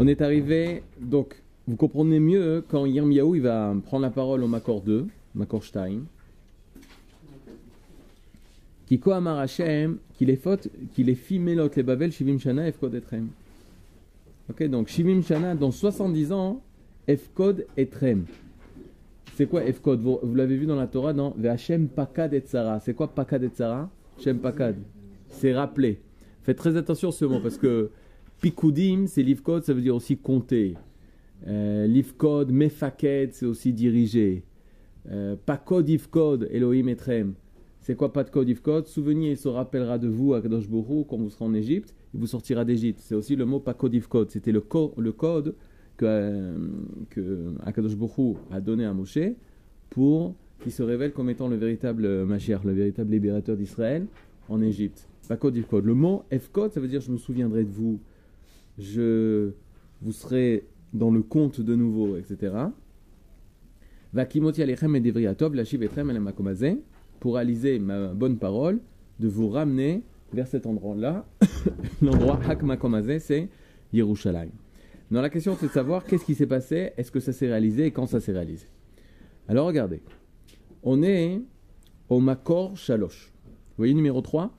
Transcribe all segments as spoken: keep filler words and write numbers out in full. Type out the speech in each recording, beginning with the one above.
On est arrivé, donc, vous comprenez mieux quand Yirmiyahu il va prendre la parole au Makor deux, Makor Shtaim. Kiko Amar Hashem, qu'il est faute, qu'il est fimelot les Babel, Shivim Shana, Efkod Etrem. Ok, donc Shivim Shana, dans soixante-dix ans, Efkod Etrem. C'est quoi Efkod? Vous, vous l'avez vu dans la Torah, dans Ve'Hashem Pakad et Tzara. C'est quoi Pakad et Tzara? Shem Pakad. C'est rappeler. Faites très attention à ce mot, parce que Pikudim, c'est l'Ifkod, ça veut dire aussi compter. Euh, L'Ifkod, Mefaked, c'est aussi diriger. Euh, Pakod Ifkod, Elohim Etrem. C'est quoi pas de code Ifkod? Souvenir, il se rappellera de vous à Kadosh Borou quand vous serez en Égypte, il vous sortira d'Égypte. C'est aussi le mot pas code Ifkod. C'était le, co- le code que, euh, que Akadosh Borou a donné à Moshe pour qu'il se révèle comme étant le véritable Mashiach, le véritable libérateur d'Israël en Égypte. Pas code Ifkod. Le mot Ifkod, ça veut dire je me souviendrai de vous, je vous serez dans le compte de nouveau, et cetera. Vakimoti alechem et devriatov lachiv etrem el makomazeh. Pour réaliser ma bonne parole, de vous ramener vers cet endroit-là. L'endroit Hakmakomazé, c'est Yerushalayim. Dans la question, c'est de savoir qu'est-ce qui s'est passé, est-ce que ça s'est réalisé et quand ça s'est réalisé. Alors regardez, on est au Makor Shalosh. Vous voyez numéro trois?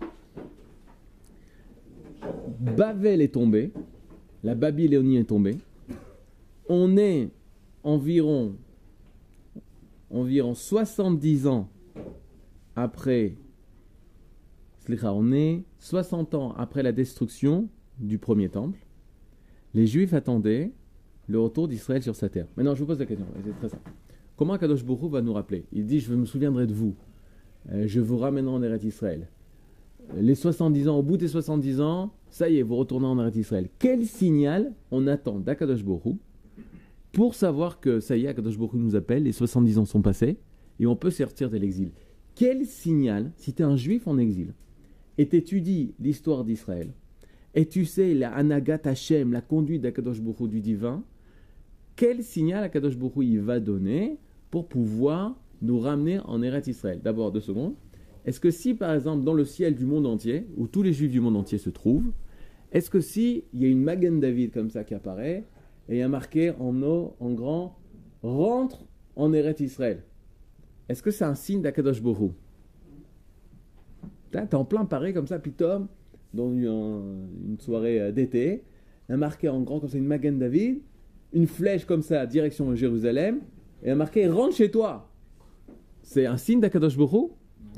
Bavel est tombé, la Babylonie est tombée. On est environ, environ soixante-dix ans après, on est soixante ans après la destruction du premier temple. Les Juifs attendaient le retour d'Israël sur sa terre. Maintenant, je vous pose la question, c'est très simple. Comment Kadosh Borou va nous rappeler? Il dit, je me souviendrai de vous, euh, je vous ramènerai en Eretz Israël. Les soixante-dix ans, au bout des soixante-dix ans, ça y est, vous retournez en Eretz Israël. Quel signal on attend d'Akadosh Borou pour savoir que ça y est, Akadosh Borou nous appelle, les soixante-dix ans sont passés et on peut sortir de l'exil? Quel signal, si tu es un juif en exil, et tu étudies l'histoire d'Israël, et tu sais la Anagat Hashem, la conduite d'Akadosh Borou du divin, quel signal Akadosh Borou il va donner pour pouvoir nous ramener en Eretz Israël? D'abord, deux secondes. Est-ce que si, par exemple, dans le ciel du monde entier, où tous les juifs du monde entier se trouvent, est-ce que si il y a une Magen David comme ça qui apparaît, et il y a marqué en haut, en grand, rentre en Eretz Israël? Est-ce que c'est un signe d'Akadosh Borou? T'es en plein Paris comme ça, puis Tom, dans une, une soirée d'été, il a marqué en grand comme ça une Magen David, une flèche comme ça, direction Jérusalem, et il a marqué rentre chez toi. C'est un signe d'Akadosh Borou?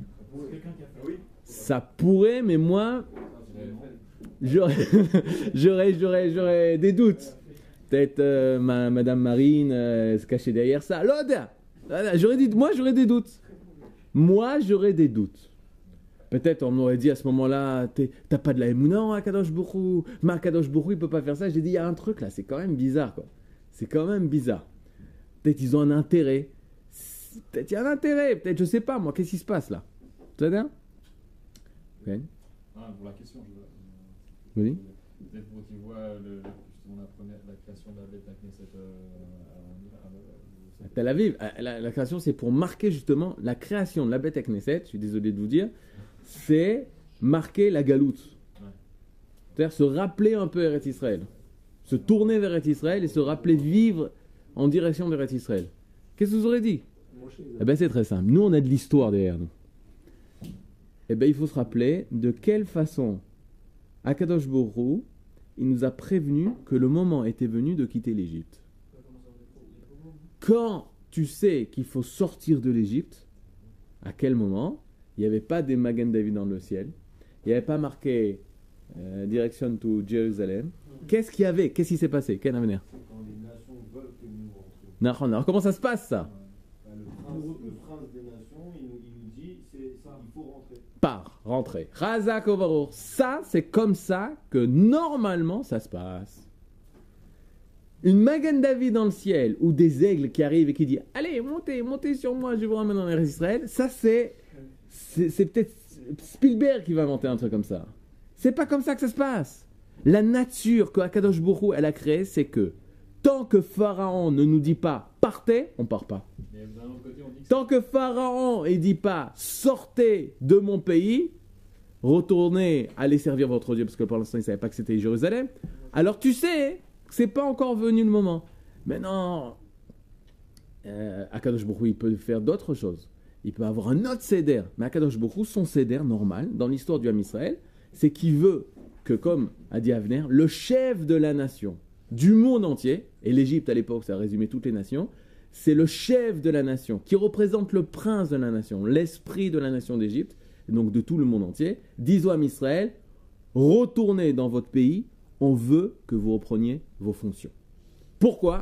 Ça pourrait, mais moi, j'aurais, j'aurais, j'aurais, j'aurais des doutes. Peut-être euh, ma, Madame Marine euh, se cachait derrière ça. L'autre, j'aurais dit, moi j'aurais des doutes. Moi j'aurais des doutes. Peut-être on m'aurait dit à ce moment-là, t'as pas de la émouna en Akadosh Borou, mais Akadosh Borou il peut pas faire ça. J'ai dit, il y a un truc là, c'est quand même bizarre quoi. C'est quand même bizarre. Peut-être ils ont un intérêt. Peut-être il y a un intérêt. Peut-être je sais pas moi, qu'est-ce qui se passe là? Tu vas bien? Okay. Ah, pour la question, je veux. Oui. Peut-être pour qu'ils voient le, justement la, première, la création de la bête à Knesset euh, à, à, à, Tel Aviv. La, la création, c'est pour marquer justement la création de la bête à Knesset. Je suis désolé de vous dire, c'est marquer la galoute. Ouais. C'est-à-dire se rappeler un peu Eretz Israël, se tourner vers Eretz Israël et se rappeler vivre en direction vers Eretz Israël. Qu'est-ce que vous aurez dit? Eh ben c'est très simple. Nous, on a de l'histoire derrière nous. Eh bien, il faut se rappeler de quelle façon Akadosh Borou, il nous a prévenu que le moment était venu de quitter l'Égypte. Quand tu sais qu'il faut sortir de l'Égypte, à quel moment? Il n'y avait pas des Magen David dans le ciel, il n'y avait pas marqué euh, Direction to Jérusalem. Qu'est-ce qu'il y avait? Qu'est-ce qui s'est passé? Quel avenir? Quand les nations veulent que nous rentrions. Non, non. Comment ça se passe ça? Le prince, le prince des nations, il nous, il nous dit c'est ça, il faut rentrer. Par rentrer. Razak Ovarour. Ça, c'est comme ça que normalement ça se passe. Une Magen David dans le ciel ou des aigles qui arrivent et qui disent allez, montez, montez sur moi, je vous ramène en Eretz Israël. Ça, c'est, c'est, c'est peut-être Spielberg qui va inventer un truc comme ça. C'est pas comme ça que ça se passe. La nature que Akadosh Borou elle a créée, c'est que tant que Pharaon ne nous dit pas partez, on part pas. Côté, on dit que tant que Pharaon ne dit pas sortez de mon pays, retournez aller servir votre Dieu, parce que pour l'instant il ne savait pas que c'était Jérusalem, alors tu sais C'est pas encore venu le moment. Maintenant, euh, Akadosh Baruch Hu, il peut faire d'autres choses. Il peut avoir un autre seder. Mais Akadosh Baruch Hu, son seder normal, dans l'histoire du Ham Israël, c'est qu'il veut que, comme a dit Avner, le chef de la nation, du monde entier, et l'Égypte à l'époque, ça résumait toutes les nations, c'est le chef de la nation, qui représente le prince de la nation, l'esprit de la nation d'Égypte, et donc de tout le monde entier, disent au Ham Israël, retournez dans votre pays, on veut que vous repreniez vos fonctions. Pourquoi ?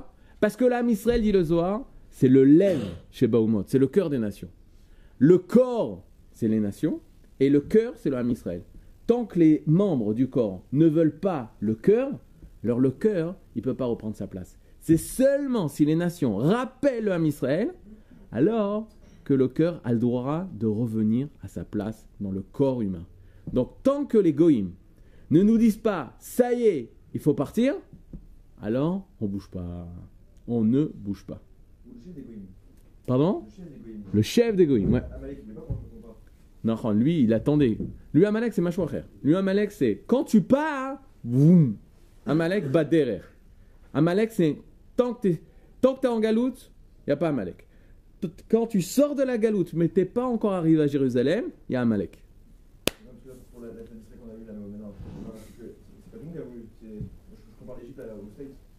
Parce que l'Am Israël, dit le Zohar, c'est le lev chez Baoumot, c'est le cœur des nations. Le corps, c'est les nations, et le cœur, c'est le Ham Israël. Tant que les membres du corps ne veulent pas le cœur, alors le cœur, il ne peut pas reprendre sa place. C'est seulement si les nations rappellent le Ham Israël, alors que le cœur a le droit de revenir à sa place dans le corps humain. Donc tant que les goïms ne nous disent pas, ça y est, il faut partir, alors on ne bouge pas. On ne bouge pas. Le chef des goïms. Pardon ? Le chef des goïms. Le chef des goïms, ouais. Amalek, il n'est pas quand on compare. Non, lui, il attendait. Lui, Amalek, c'est Mashwacher. Lui, Amalek, c'est quand tu pars, boum. Amalek, bat derrière. Amalek, c'est tant que tu es en galoute, il n'y a pas Amalek. Quand tu sors de la galoute, mais tu n'es pas encore arrivé à Jérusalem, il y a Amalek. Non, parce que là, pour la la statistique qu'on a vue là maintenant, c'est que c'est pas nous qui avons eu. c'est- moi, Je je compare l'Égypte à- aux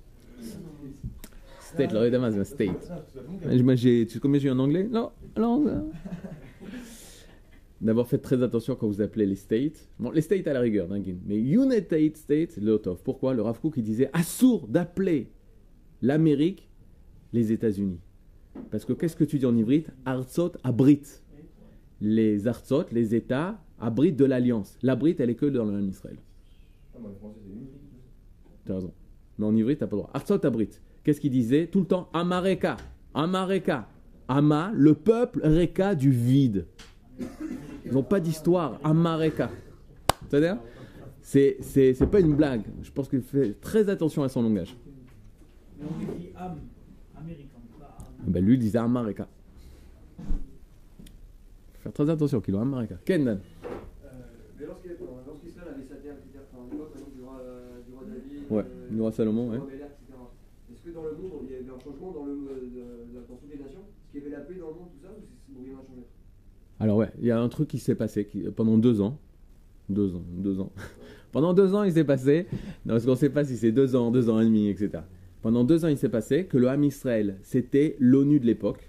States. State, le Damas, c'est un state. Non, c'est pas nous qui avons eu. Moi, j'ai, tu sais combien j'ai eu en anglais ? Non, non. D'abord, faites très attention quand vous appelez les states. Bon, les states à la rigueur, hein, mais United States, le Tov. Pourquoi ? Le Rav Kook, il disait assourd d'appeler l'Amérique les États-Unis. Parce que qu'est-ce que tu dis en ivrite ? Artsot abrit. Les Artsot, les États, abritent de l'alliance. L'abrit, elle est que dans le Ham Israël. Ah, moi, le français, c'est une. Tu as raison. Mais en ivrite, tu n'as pas le droit. Artsot abrit. Qu'est-ce qu'il disait ? Tout le temps, Amareka. Amareka. Ama, le peuple Reka du vide. Ils n'ont pas d'histoire. Amareka. C'est-à-dire, c'est, c'est, c'est pas une blague. Je pense qu'il fait très attention à son langage. Mais on écrit âme américain, pas âme. Ben lui, il disait Amareka. Faut faire très attention qu'il a Amareka. Kendan. Euh, mais lorsqu'il- lorsqu'Israël avait sa terre, et cetera, enfin, on évoque par exemple du roi, euh, du roi David, Ouais, euh, du roi Salomon, ouais. du roi Béler, et cetera. Est-ce que dans le monde, il y avait un changement dans, le, de- de- dans toutes les nations ? Est-ce qu'il y avait la paix dans le monde, tout ça, ou c'est ou rien n'a changé ? Alors ouais, il y a un truc qui s'est passé qui, pendant deux ans. Deux ans, deux ans. Pendant deux ans, il s'est passé, non, parce qu'on ne sait pas si c'est deux ans, deux ans et demi, et cetera. Pendant deux ans, il s'est passé que le Ham Israël, c'était l'ONU de l'époque,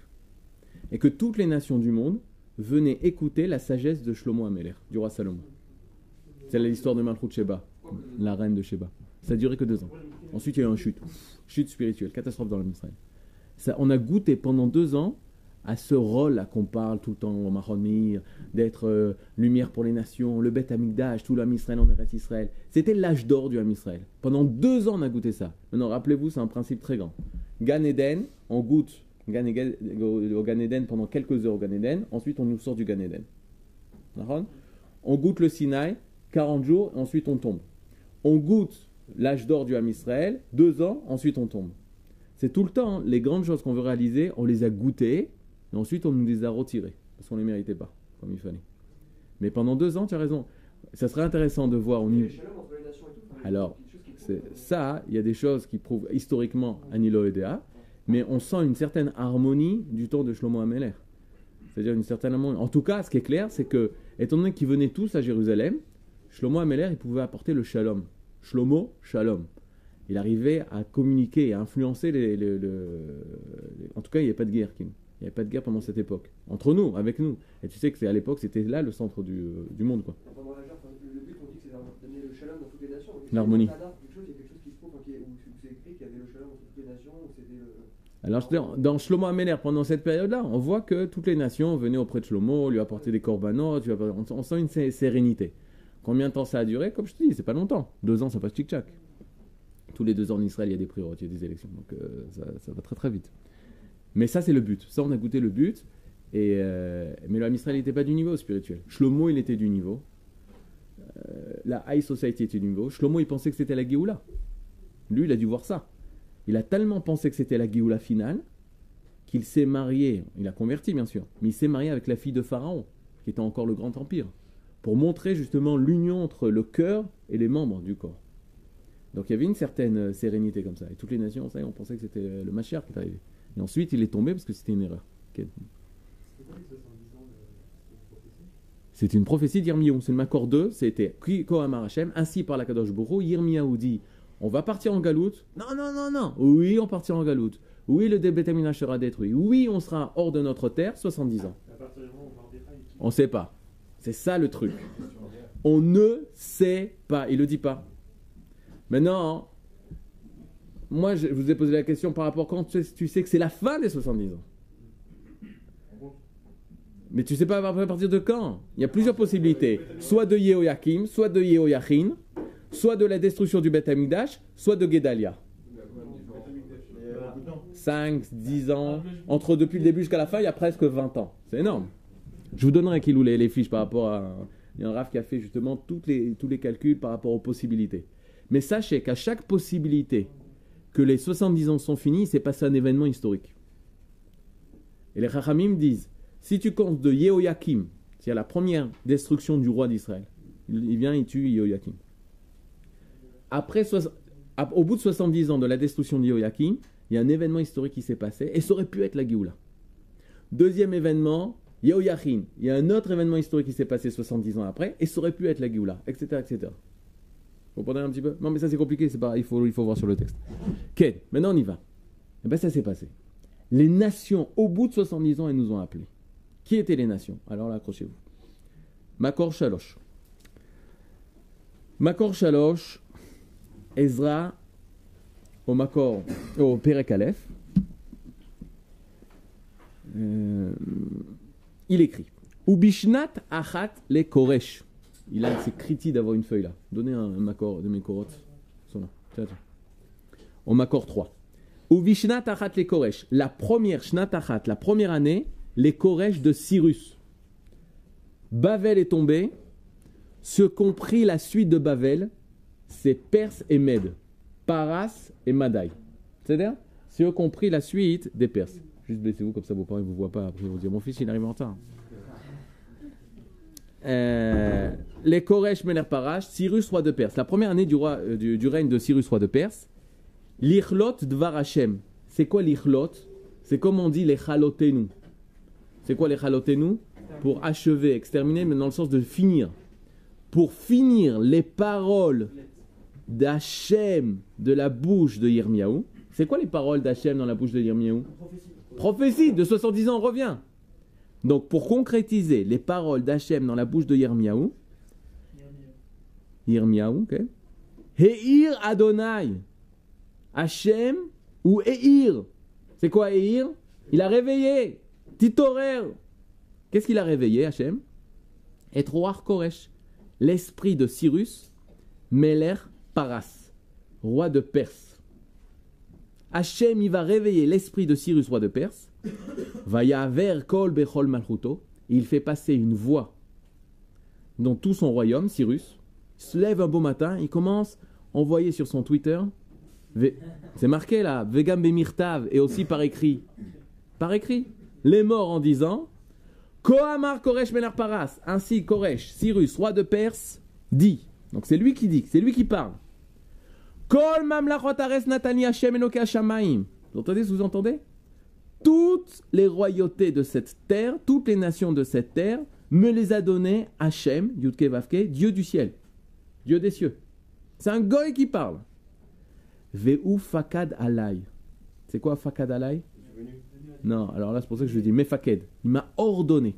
et que toutes les nations du monde venaient écouter la sagesse de Shlomo Améler, du roi Salomon. C'est l'histoire de Malchut Sheba, la reine de Sheba. Ça a duré que deux ans. Ensuite, il y a eu une chute, chute spirituelle, catastrophe dans le Ham Israël. Ça, on a goûté pendant deux ans à ce rôle-là qu'on parle tout le temps au Mahon Meir, d'être euh, lumière pour les nations, le Beth Amikdash, tout l'Am Israël en Eretz Israël. C'était l'âge d'or du Ham Israël. Pendant deux ans, on a goûté ça. Maintenant, rappelez-vous, c'est un principe très grand. Gan Eden, on goûte Gan Eden- au Gan Eden pendant quelques heures au Gan Eden, ensuite on nous sort du Gan Eden. D'accord ? On goûte le Sinaï, quarante jours, et ensuite on tombe. On goûte l'âge d'or du Ham Israël, deux ans, ensuite on tombe. C'est tout le temps, hein, les grandes choses qu'on veut réaliser, on les a goûtées, et ensuite on nous les a retirées, parce qu'on ne les méritait pas, comme il fallait. Mais pendant deux ans, tu as raison. Ça serait intéressant de voir au Il y a niveau... les shalom entre les nations et tout. enfin, Alors, quelque chose qui prouve, C'est, euh, ça, il y a des choses qui prouvent historiquement Anilo et Dea, mais on sent une certaine harmonie du temps de Shlomo Améler. C'est-à-dire une certaine harmonie. En tout cas, ce qui est clair, c'est que, étant donné qu'ils venaient tous à Jérusalem, Shlomo Améler, il pouvait apporter le shalom. Shlomo, shalom. Il arrivait à communiquer et à influencer les, les- le- les- En tout cas, il n'y avait pas de guerre, Kim. Il n'y avait pas de guerre pendant cette époque. Entre nous, avec nous. Et tu sais que c'est, à l'époque, c'était là le centre du, du monde, quoi. pendant la guerre, enfin, le but, on dit que c'est d'amener le shalom dans toutes les nations. Est-ce L'harmonie. qu'il y a dans le Tanakh, quelque chose, il y a quelque chose qui se prouve, enfin, qui est- où où c'est écrit qu'il y avait le shalom dans toutes les nations, où c'était le... Alors, je veux dire, dans Shlomo Améler, pendant cette période-là, on voit que toutes les nations venaient auprès de Shlomo, lui apporter des korbanot, lui apporter- on, on sent une sé- sérénité. Combien de temps ça a duré ? Comme je te dis, c'est pas longtemps. Deux ans, ça passe tchic-tchac. Tous les deux ans en Israël, il y a des priorités, il y a des élections. Donc, euh, ça, ça va très très vite. Mais ça, c'est le but. Ça, on a goûté le but. Et, euh, mais le Ham Israël n'était pas du niveau spirituel. Shlomo, il était du niveau. Euh, la High Society était du niveau. Shlomo, il pensait que c'était la Géoula. Lui, il a dû voir ça. Il a tellement pensé que c'était la Géoula finale qu'il s'est marié. Il a converti, bien sûr. Mais il s'est marié avec la fille de Pharaon, qui était encore le grand empire, pour montrer justement l'union entre le cœur et les membres du corps. Donc il y avait une certaine sérénité comme ça. Et toutes les nations, ça y est, on pensait que c'était le Mashiach qui est arrivé. Et ensuite, il est tombé parce que c'était une erreur. Okay. C'est une prophétie d'Yirmiyahu. C'est le Makor deux, c'était Ki Kohamar Hashem, ainsi par la Kadosh Baruch Hu, Yirmiyahu dit on va partir en galoute. Non, non, non, non. Oui, on partira en galoute. Oui, le Beth Amikdash sera détruit. Oui, on sera hors de notre terre, soixante-dix ans. On ne sait pas. C'est ça le truc. On ne sait pas. Il ne le dit pas. Maintenant, moi, je vous ai posé la question par rapport quand tu sais, tu sais que c'est la fin des soixante-dix ans. Mais tu ne sais pas à partir de quand. Il y a plusieurs possibilités. Soit de Yehoyakim, soit de Yehoyachin, soit de la destruction du Beth Amikdash, soit de Gedalia. cinq, dix ans. Entre depuis le début jusqu'à la fin, il y a presque vingt ans. C'est énorme. Je vous donnerai qui les, les fiches par rapport à... Il y a un Rav qui a fait justement toutes les, tous les calculs par rapport aux possibilités. Mais sachez qu'à chaque possibilité que les soixante-dix ans sont finis, il s'est passé un événement historique. Et les Chachamim disent, si tu comptes de Yehoyakim, c'est-à-dire la première destruction du roi d'Israël, il, il vient, il tue Yehoyakim. Après, au bout de soixante-dix ans de la destruction de Yehoyakim, il y a un événement historique qui s'est passé, et ça aurait pu être la Géoula. Deuxième événement, Yehoyachin, il y a un autre événement historique qui s'est passé soixante-dix ans après, et ça aurait pu être la Géoula, et cetera, et cetera. Vous comprenez un petit peu? Non, mais ça c'est compliqué, c'est pas, il faut, il faut voir sur le texte. Ok, maintenant on y va. Et bien ça s'est passé. Les nations, au bout de soixante-dix ans, elles nous ont appelés. Qui étaient les nations? Alors là, accrochez-vous. Makor Shalosh. Makor Shalosh, Ezra, au Makor, au Perek Aleph, euh, il écrit Ubishnat Achat le Koresh. Il a c'est critique d'avoir une feuille là. Donnez un, un Makor de mes korotes. Sont là. Tiens, tiens. Au Makor trois. Ubishnat Achat le Koresh. La première Shnat Achat, la première année, les Koresh de Cyrus. Bavel est tombé. Ce qu'ont pris la suite de Bavel, c'est Perse et Mède. Paras et Madaï. C'est-à-dire, c'est eux qui ont pris la suite des Perses. Juste baissez-vous, comme ça vos parents ne vous voient pas. Après, ils vont dire, mon fils, il arrive en retard. Euh, les Koresh Meler Parash, Cyrus, roi de Perse. La première année du, roi, euh, du, du règne de Cyrus, roi de Perse. L'Ichlot Dvar Hashem. C'est quoi l'Ichlot? C'est comme on dit les Chalotenu. C'est quoi les Chalotenu? Pour achever, exterminer, mais dans le sens de finir. Pour finir les paroles d'Hachem de la bouche de Yirmiyahu. C'est quoi les paroles d'Hachem dans la bouche de Yirmiyahu? Prophétie. Prophétie de soixante-dix ans, on revient. Donc pour concrétiser les paroles d'Hachem dans la bouche de Yirmiyahu, Yirmiyahu, ok. Heir Adonai. Hachem ou Eir. C'est quoi Eir? Il a réveillé. Titorer. Qu'est-ce qu'il a réveillé, Hachem? Et Roar Koresh. L'esprit de Cyrus, Meler Paras, roi de Perse. Hachem, il va réveiller l'esprit de Cyrus, roi de Perse. Vayaver kol bechol malchuto. Il fait passer une voix dans tout son royaume, Cyrus. Il se lève un beau matin, il commence à envoyer sur son Twitter. C'est marqué là, Vegam bemirtav, et aussi par écrit. Par écrit. Les morts en disant Kohamar Koresh Meler Paras. Ainsi, Koresh, Cyrus, roi de Perse, dit. Donc c'est lui qui dit, c'est lui qui parle. Kol mamlachot ares natani Hashem Eloke Hashamayim. Vous entendez ce que vous entendez? Toutes les royautés de cette terre, toutes les nations de cette terre, me les a données Hashem, Yudke Vavke, Dieu du ciel, Dieu des cieux. C'est un goy qui parle. Ve'u fakad alay. C'est quoi fakad alay? Non, alors là c'est pour ça que je dis mefaked. Il m'a ordonné.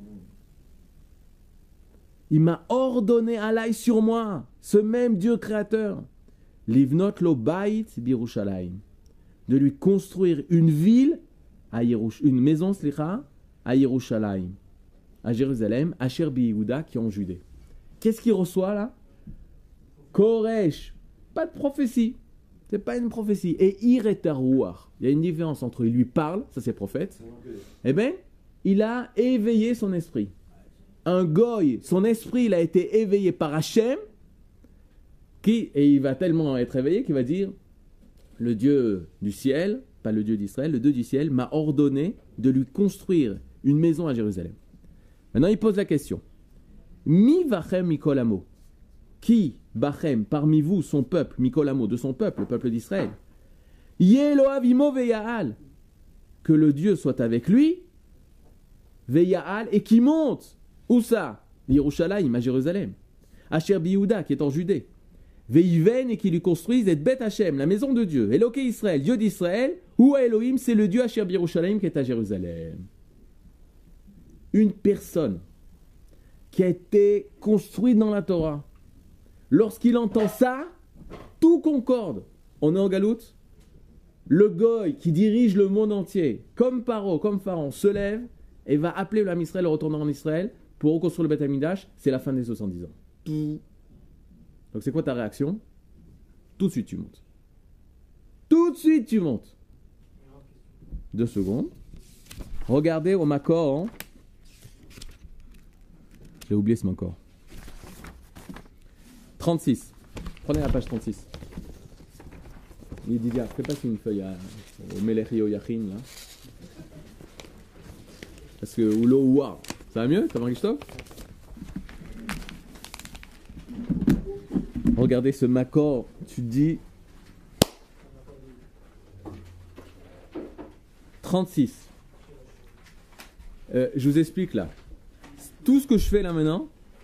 Il m'a ordonné alay sur moi, ce même Dieu créateur. Livnot lo bait birushalayim. De lui construire une ville à Yerush, une maison slicha à Yerushalayim, à Jérusalem, à Sherbi Yehuda qui est en Judée. Qu'est-ce qu'il reçoit là? Koresh, pas de prophétie. C'est pas une prophétie. Et Iretarouar. Il y a une différence entre il lui parle, ça c'est prophète. Eh bien, il a éveillé son esprit. Un goy, son esprit il a été éveillé par Hachem, qui, et il va tellement être éveillé qu'il va dire le Dieu du ciel, pas le Dieu d'Israël, le Dieu du ciel m'a ordonné de lui construire une maison à Jérusalem. Maintenant il pose la question. Mi vachem mikolamo. Qui Bachem, parmi vous, son peuple, Mikolamo, de son peuple, le peuple d'Israël. Yeloav imo veyaal, que le Dieu soit avec lui, veyaal, et qui monte. Où ça? Yerushalayim, à Jérusalem. Asher Biyouda, qui est en Judée. Veiven, et qui lui construise, et Bet Hashem, la maison de Dieu. Eloké Israël, Dieu d'Israël. Ou Elohim, c'est le Dieu Asher Yerushalayim qui est à Jérusalem. Une personne qui a été construite dans la Torah, lorsqu'il entend ça, tout concorde. On est en galoute. Le goy qui dirige le monde entier, comme Paro, comme Pharaon, se lève et va appeler l'âme Israël, le retournant en Israël, pour reconstruire le Beth Amikdash. C'est la fin des soixante-dix ans. Tout. Donc c'est quoi ta réaction? Tout de suite tu montes. Tout de suite tu montes. Deux secondes. Regardez au Makor. Hein. J'ai oublié ce Makor. trente-six. Prenez la page trente-six. Il dit, fais passer une feuille à, au Melechi Oyachin, là. Parce que, ou l'eau, waouh. Ça va mieux? Ça va, Christophe? Regardez ce Makor. Tu te dis. trente-six. Euh, je vous explique là. Tout ce que je fais là maintenant,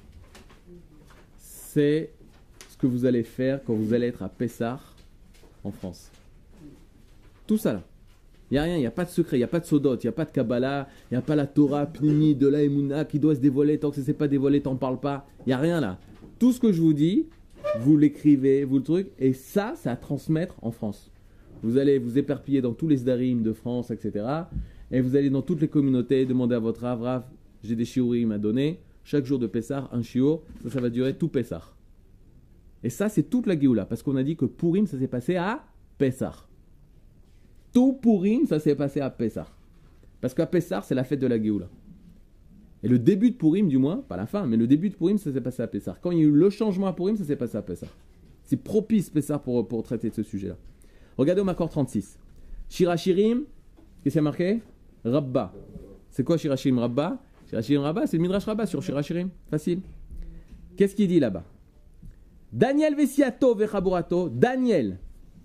c'est ce que vous allez faire quand vous allez être à Pessah en France. Tout ça là. Il n'y a rien, il n'y a pas de secret, il n'y a pas de sodot, il n'y a pas de Kabbalah, il n'y a pas la Torah, Pnimi, de la Emouna qui doit se dévoiler. Tant que ça ne s'est pas dévoilé, t'en parles pas. Il n'y a rien là. Tout ce que je vous dis, vous l'écrivez, vous le truc, et ça, c'est à transmettre en France. Vous allez vous éparpiller dans tous les Sdarim de France, et cetera. Et vous allez dans toutes les communautés, demander à votre Rav, Rav, j'ai des shiurim à donner. Chaque jour de Pessah, un shiur, ça, ça va durer tout Pessah. Et ça, c'est toute la Géoula, parce qu'on a dit que Purim, ça s'est passé à Pessah. Tout Purim, ça s'est passé à Pessah. Parce qu'à Pessah, c'est la fête de la Géoula. Et le début de Purim, du moins, pas la fin, mais le début de Purim, ça s'est passé à Pessah. Quand il y a eu le changement à Purim, ça s'est passé à Pessah. C'est propice, Pessah, pour, pour traiter de ce sujet-là. Regardez au Makor trente-six. Shirachirim, qu'est-ce qu'il y a marqué? Rabba. C'est quoi Shirachirim Rabba? Shirachirim Rabba, c'est le Midrash Rabba sur Shirachirim. Facile. Qu'est-ce qu'il dit là-bas? Daniel Vesiato Vechaburato. Daniel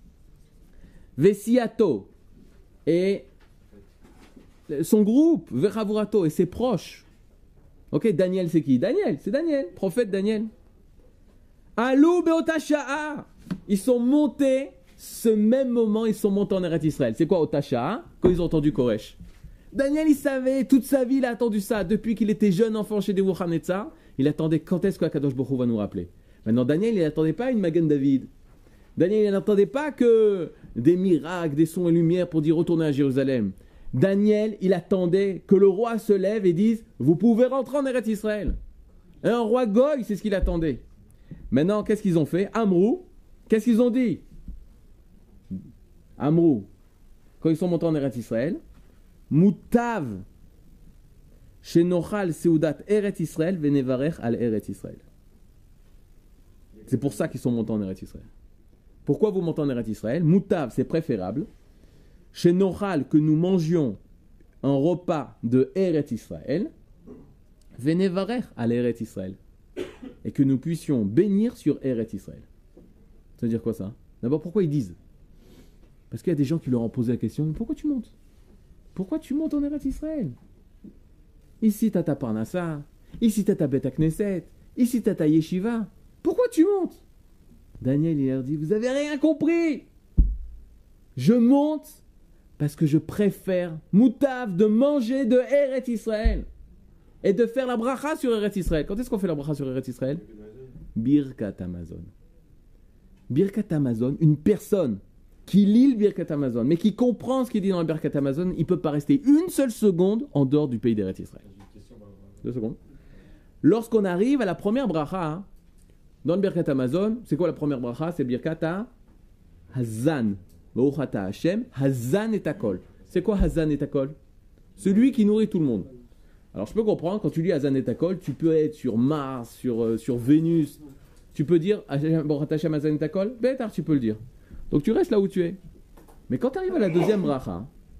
Vesiato et son groupe Vechaburato et ses proches. Ok, Daniel c'est qui? Daniel, c'est Daniel, prophète Daniel. Alou Beotasha'a. Ils sont montés, ce même moment, ils sont montés en Eretz Israël. C'est quoi Otasha'a? Quand ils ont entendu Koresh. Daniel, il savait, toute sa vie, il a attendu ça. Depuis qu'il était jeune enfant chez Nebuchadnezzar, il attendait quand est-ce qu'Akadosh Baruch Hu va nous rappeler. Maintenant, Daniel, il n'attendait pas une Magen David. Daniel, il n'attendait pas que des miracles, des sons et lumières pour dire retourner à Jérusalem. Daniel, il attendait que le roi se lève et dise « Vous pouvez rentrer en Eretz Israël ». Un roi Goy, c'est ce qu'il attendait. Maintenant, qu'est-ce qu'ils ont fait? Amrou, qu'est-ce qu'ils ont dit? Amrou, quand ils sont montés en Eretz Israël, Moutav, Shenochal Seudat Eretz Israël, Venevarech al Eretz Israël. C'est pour ça qu'ils sont montés en Eretz Israël. Pourquoi vous montez en Eretz Israël? Moutav, c'est préférable. Chez Nochal, que nous mangions un repas de Eretz Israël, Venevarech à l'Eretz Israël. Et que nous puissions bénir sur Eretz Israël. Ça veut dire quoi ça? D'abord, pourquoi ils disent? Parce qu'il y a des gens qui leur ont posé la question, mais pourquoi tu montes? Pourquoi tu montes en Eretz Israël? Ici, tu as ta Parnassa. Ici, tu as ta Bet HaKnesset. Ici, tu as ta Yeshiva. Pourquoi tu montes? Daniel, il leur dit, vous avez rien compris. Je monte parce que je préfère, moutav, de manger de Eretz Israël et de faire la bracha sur Eretz Israël. Quand est-ce qu'on fait la bracha sur Eretz Israël? Birkat Amazon. Birkat Amazon, une personne qui lit le Birkat Amazon, mais qui comprend ce qu'il dit dans le Birkat Amazon, il ne peut pas rester une seule seconde en dehors du pays d'Eretz Israël. Deux secondes. Lorsqu'on arrive à la première bracha, hein, dans le Birkat Amazon, c'est quoi la première bracha? C'est Birkat Hazan. Ba'uchata Hashem, Hazan et Akol. C'est quoi Hazan et Akol? Celui qui nourrit tout le monde. Alors je peux comprendre, quand tu lis Hazan et Akol, tu peux être sur Mars, sur, euh, sur Vénus. Tu peux dire Ba'uchata Hashem, Hazan et Akol. Bétar, tu peux le dire. Donc tu restes là où tu es. Mais quand tu arrives à la deuxième bracha,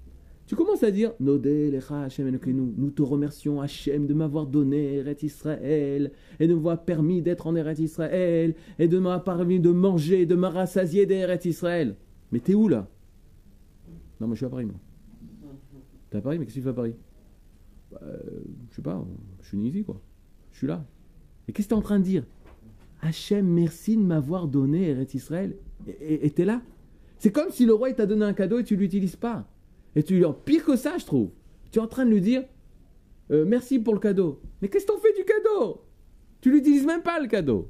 Tu commences à dire Nodé lecha Hashem Elokeinu, nous te remercions Hashem de m'avoir donné Eretz Israël et de m'avoir permis d'être en Eretz Israël et de m'avoir permis de manger, de me rassasier des Eretz Israël. Mais t'es où là? Non, moi je suis à Paris, moi. T'es à Paris, mais qu'est-ce que tu fais à Paris? Bah, euh, je sais pas, je suis né ici, quoi. Je suis là. Et qu'est-ce que t'es en train de dire? Hachem, merci de m'avoir donné Eretz Israël. Et t'es là. C'est comme si le roi il t'a donné un cadeau et tu ne l'utilises pas. Et tu lui en pire que ça, je trouve. Tu es en train de lui dire euh, merci pour le cadeau. Mais qu'est-ce que t'en fais du cadeau? Tu l'utilises même pas le cadeau.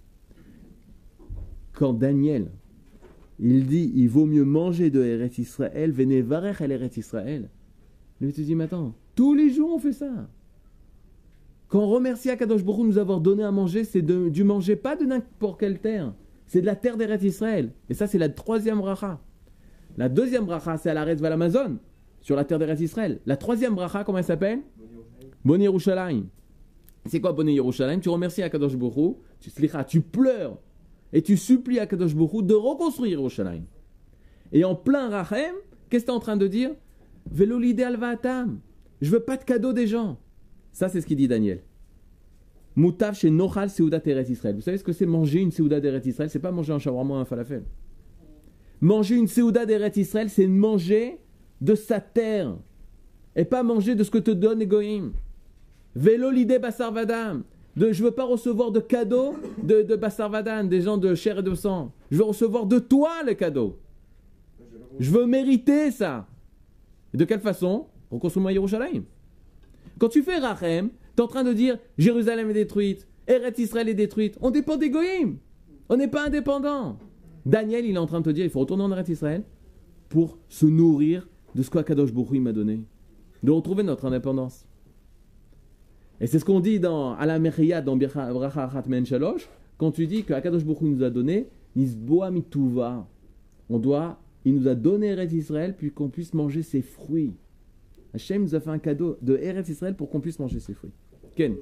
Quand Daniel, il dit il vaut mieux manger de Eretz Israël, venez varech el Eretz Israël. Lui tu dis mais attends, tous les jours on fait ça. Quand on remercie Akadosh Baruch Hu de nous avoir donné à manger, c'est de, du manger pas de n'importe quelle terre. C'est de la terre d'Eretz Israël. Et ça, c'est la troisième bracha. La deuxième bracha, c'est à l'arrêt de l'Amazon, sur la terre d'Eretz Israël. La troisième bracha, comment elle s'appelle? Boni Yerushalayim. C'est quoi Boni Yerushalayim? Tu remercies Akadosh Baruch Hu, tu, slicha, tu pleures et tu supplies Akadosh Baruch Hu de reconstruire Yerushalayim. Et en plein rachem, qu'est-ce que tu es en train de dire? Velo l'idée alvaatam. Je veux pas de cadeau des gens. Ça, c'est ce qu'il dit Daniel. Moutav chez Nochal Seudat Eretz Israël. Vous savez ce que c'est manger une Seudat d'Eretz Israël? C'est pas manger un shawarma ou un falafel. Manger une Seudat d'Eretz Israël, c'est manger de sa terre. Et pas manger de ce que te donne Egoïm. Vélo l'idée Bassar Vadam. De, je veux pas recevoir de cadeaux de, de Bassar Vadam, des gens de chair et de sang. Je veux recevoir de toi les cadeaux. Je veux mériter ça. Et de quelle façon? Reconstruis-moi Yerushalayim. Quand tu fais Rachem, tu es en train de dire Jérusalem est détruite, Eretz Israël est détruite. On dépend des Goïm. On n'est pas indépendant. Daniel, il est en train de te dire il faut retourner en Eretz Israël pour se nourrir de ce qu'Akadosh Baruch Hu m'a donné. De retrouver notre indépendance. Et c'est ce qu'on dit dans Ala Mechiyat, dans Bracha Achat Men Shalosh, quand tu dis qu'Akadosh Baruch Hu nous a donné Nisboa Mituva. On doit, il nous a donné Eretz Israël puis qu'on puisse manger ses fruits. Hachem nous a fait un cadeau de Eretz Israël pour qu'on puisse manger ses fruits. Ken,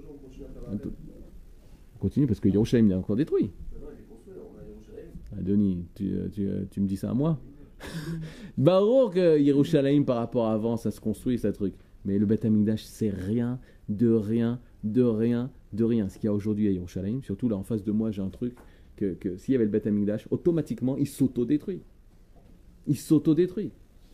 on continue parce que Yerushalayim il est encore détruit. Ah, Denis, tu, tu, tu me dis ça à moi? Baruch que Yerushalayim par rapport à avant, ça se construit, ça truc. Mais le Beth Amikdash, c'est rien, de rien, de rien, de rien. Ce qu'il y a aujourd'hui à Yerushalayim, surtout là en face de moi, j'ai un truc que, que s'il y avait le Beth Amikdash, automatiquement, il s'auto-détruit. Il s'auto-détruit.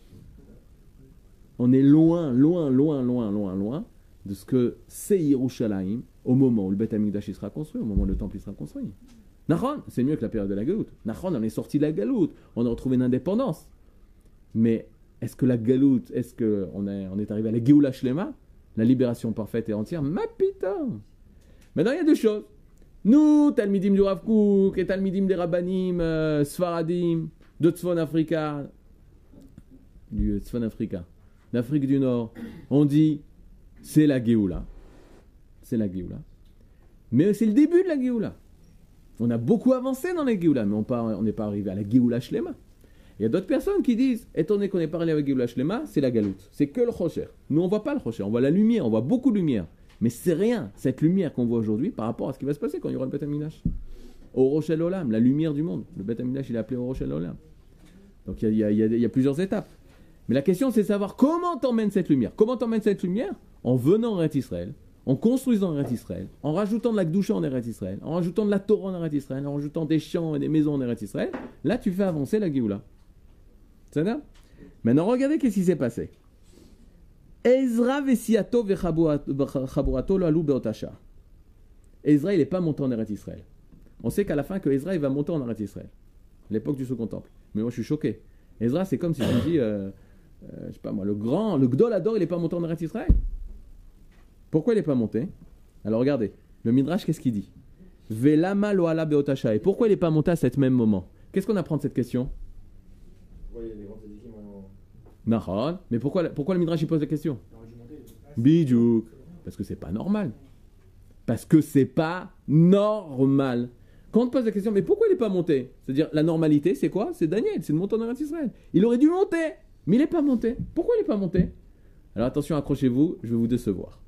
On est loin, loin, loin, loin, loin, loin de ce que c'est Yerushalayim au moment où le Beth Amikdash sera construit, au moment où le temple sera construit. Nachon, c'est mieux que la période de la Galoute. Nachon, on est sorti de la Galoute, on a retrouvé une indépendance. Mais est-ce que la Galoute, est-ce qu'on est, on est arrivé à la Géoula Shlema, la libération parfaite et entière? Ma putain! Maintenant, il y a deux choses. Nous, Talmidim du Rav Kook et Talmidim des Rabbanim, euh, Sfaradim, de Tzfon Africa, du Tzfon Africa, d'Afrique du Nord, on dit c'est la Géoula. C'est la Géoula. Mais c'est le début de la Géoula. On a beaucoup avancé dans la Géoula, mais on n'est pas arrivé à la Géoula Shlema. Il y a d'autres personnes qui disent, étant donné qu'on n'est pas arrivé à la Géoula Shlema, c'est la Galoute. C'est que le Chosher. Nous, on ne voit pas le Chosher, on voit la lumière, on voit beaucoup de lumière. Mais c'est rien, cette lumière qu'on voit aujourd'hui, par rapport à ce qui va se passer quand il y aura le Beth Amikdash. Au Rochel Olam, la lumière du monde. Le Beth Amikdash, il est appelé au Rochel Olam. Donc il y, y, y, y a plusieurs étapes. Mais la question, c'est de savoir comment t'emmènes cette lumière. Comment t'emmènes cette lumière? En venant en Eretz Israël, en construisant en Eretz Israël, en rajoutant de la Gdusha en Eretz Israël, en rajoutant de la Torah en Eretz Israël, en rajoutant des champs et des maisons en Eretz Israël. Là, tu fais avancer la Géoula. C'est ça? Maintenant, regardez qu'est-ce qui s'est passé. Ezra vesiato vechaburato lo alu beotasha. Ezra, il n'est pas monté en Eretz Israël. On sait qu'à la fin, que Ezra, il va monter en Eretz Israël. L'époque du Second Temple. Mais moi, je suis choqué. Ezra, c'est comme si je me dis, euh, euh, je sais pas moi, le grand, le Gdol Ador, il n'est pas monté en Eretz Israël. Pourquoi il n'est pas monté? Alors regardez, le Midrash, qu'est-ce qu'il dit? Velama lo ala beotasha. Et pourquoi il n'est pas monté à cet même moment? Qu'est-ce qu'on apprend de cette question? Oui, les grands tzadikim ont... Nahon. Mais pourquoi, pourquoi le Midrash il pose la question? Bijouk. Parce que c'est pas normal. Parce que c'est pas normal. Quand on te pose la question, mais pourquoi il n'est pas monté? C'est-à-dire, la normalité, c'est quoi? C'est Daniel, c'est de monter en Eretz Israël. Il aurait dû monter, mais il n'est pas monté. Pourquoi il n'est pas monté? Alors attention, accrochez-vous, je vais vous décevoir.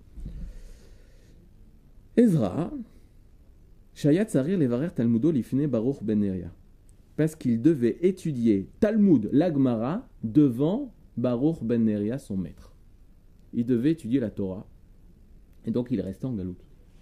Ezra, Shayat Sarir Levarer Talmudo Lifne Baruch Ben Neria. Parce qu'il devait étudier Talmud, l'Agmara, devant Baruch ben Neria, son maître. Il devait étudier la Torah. Et donc il est resté en galoute.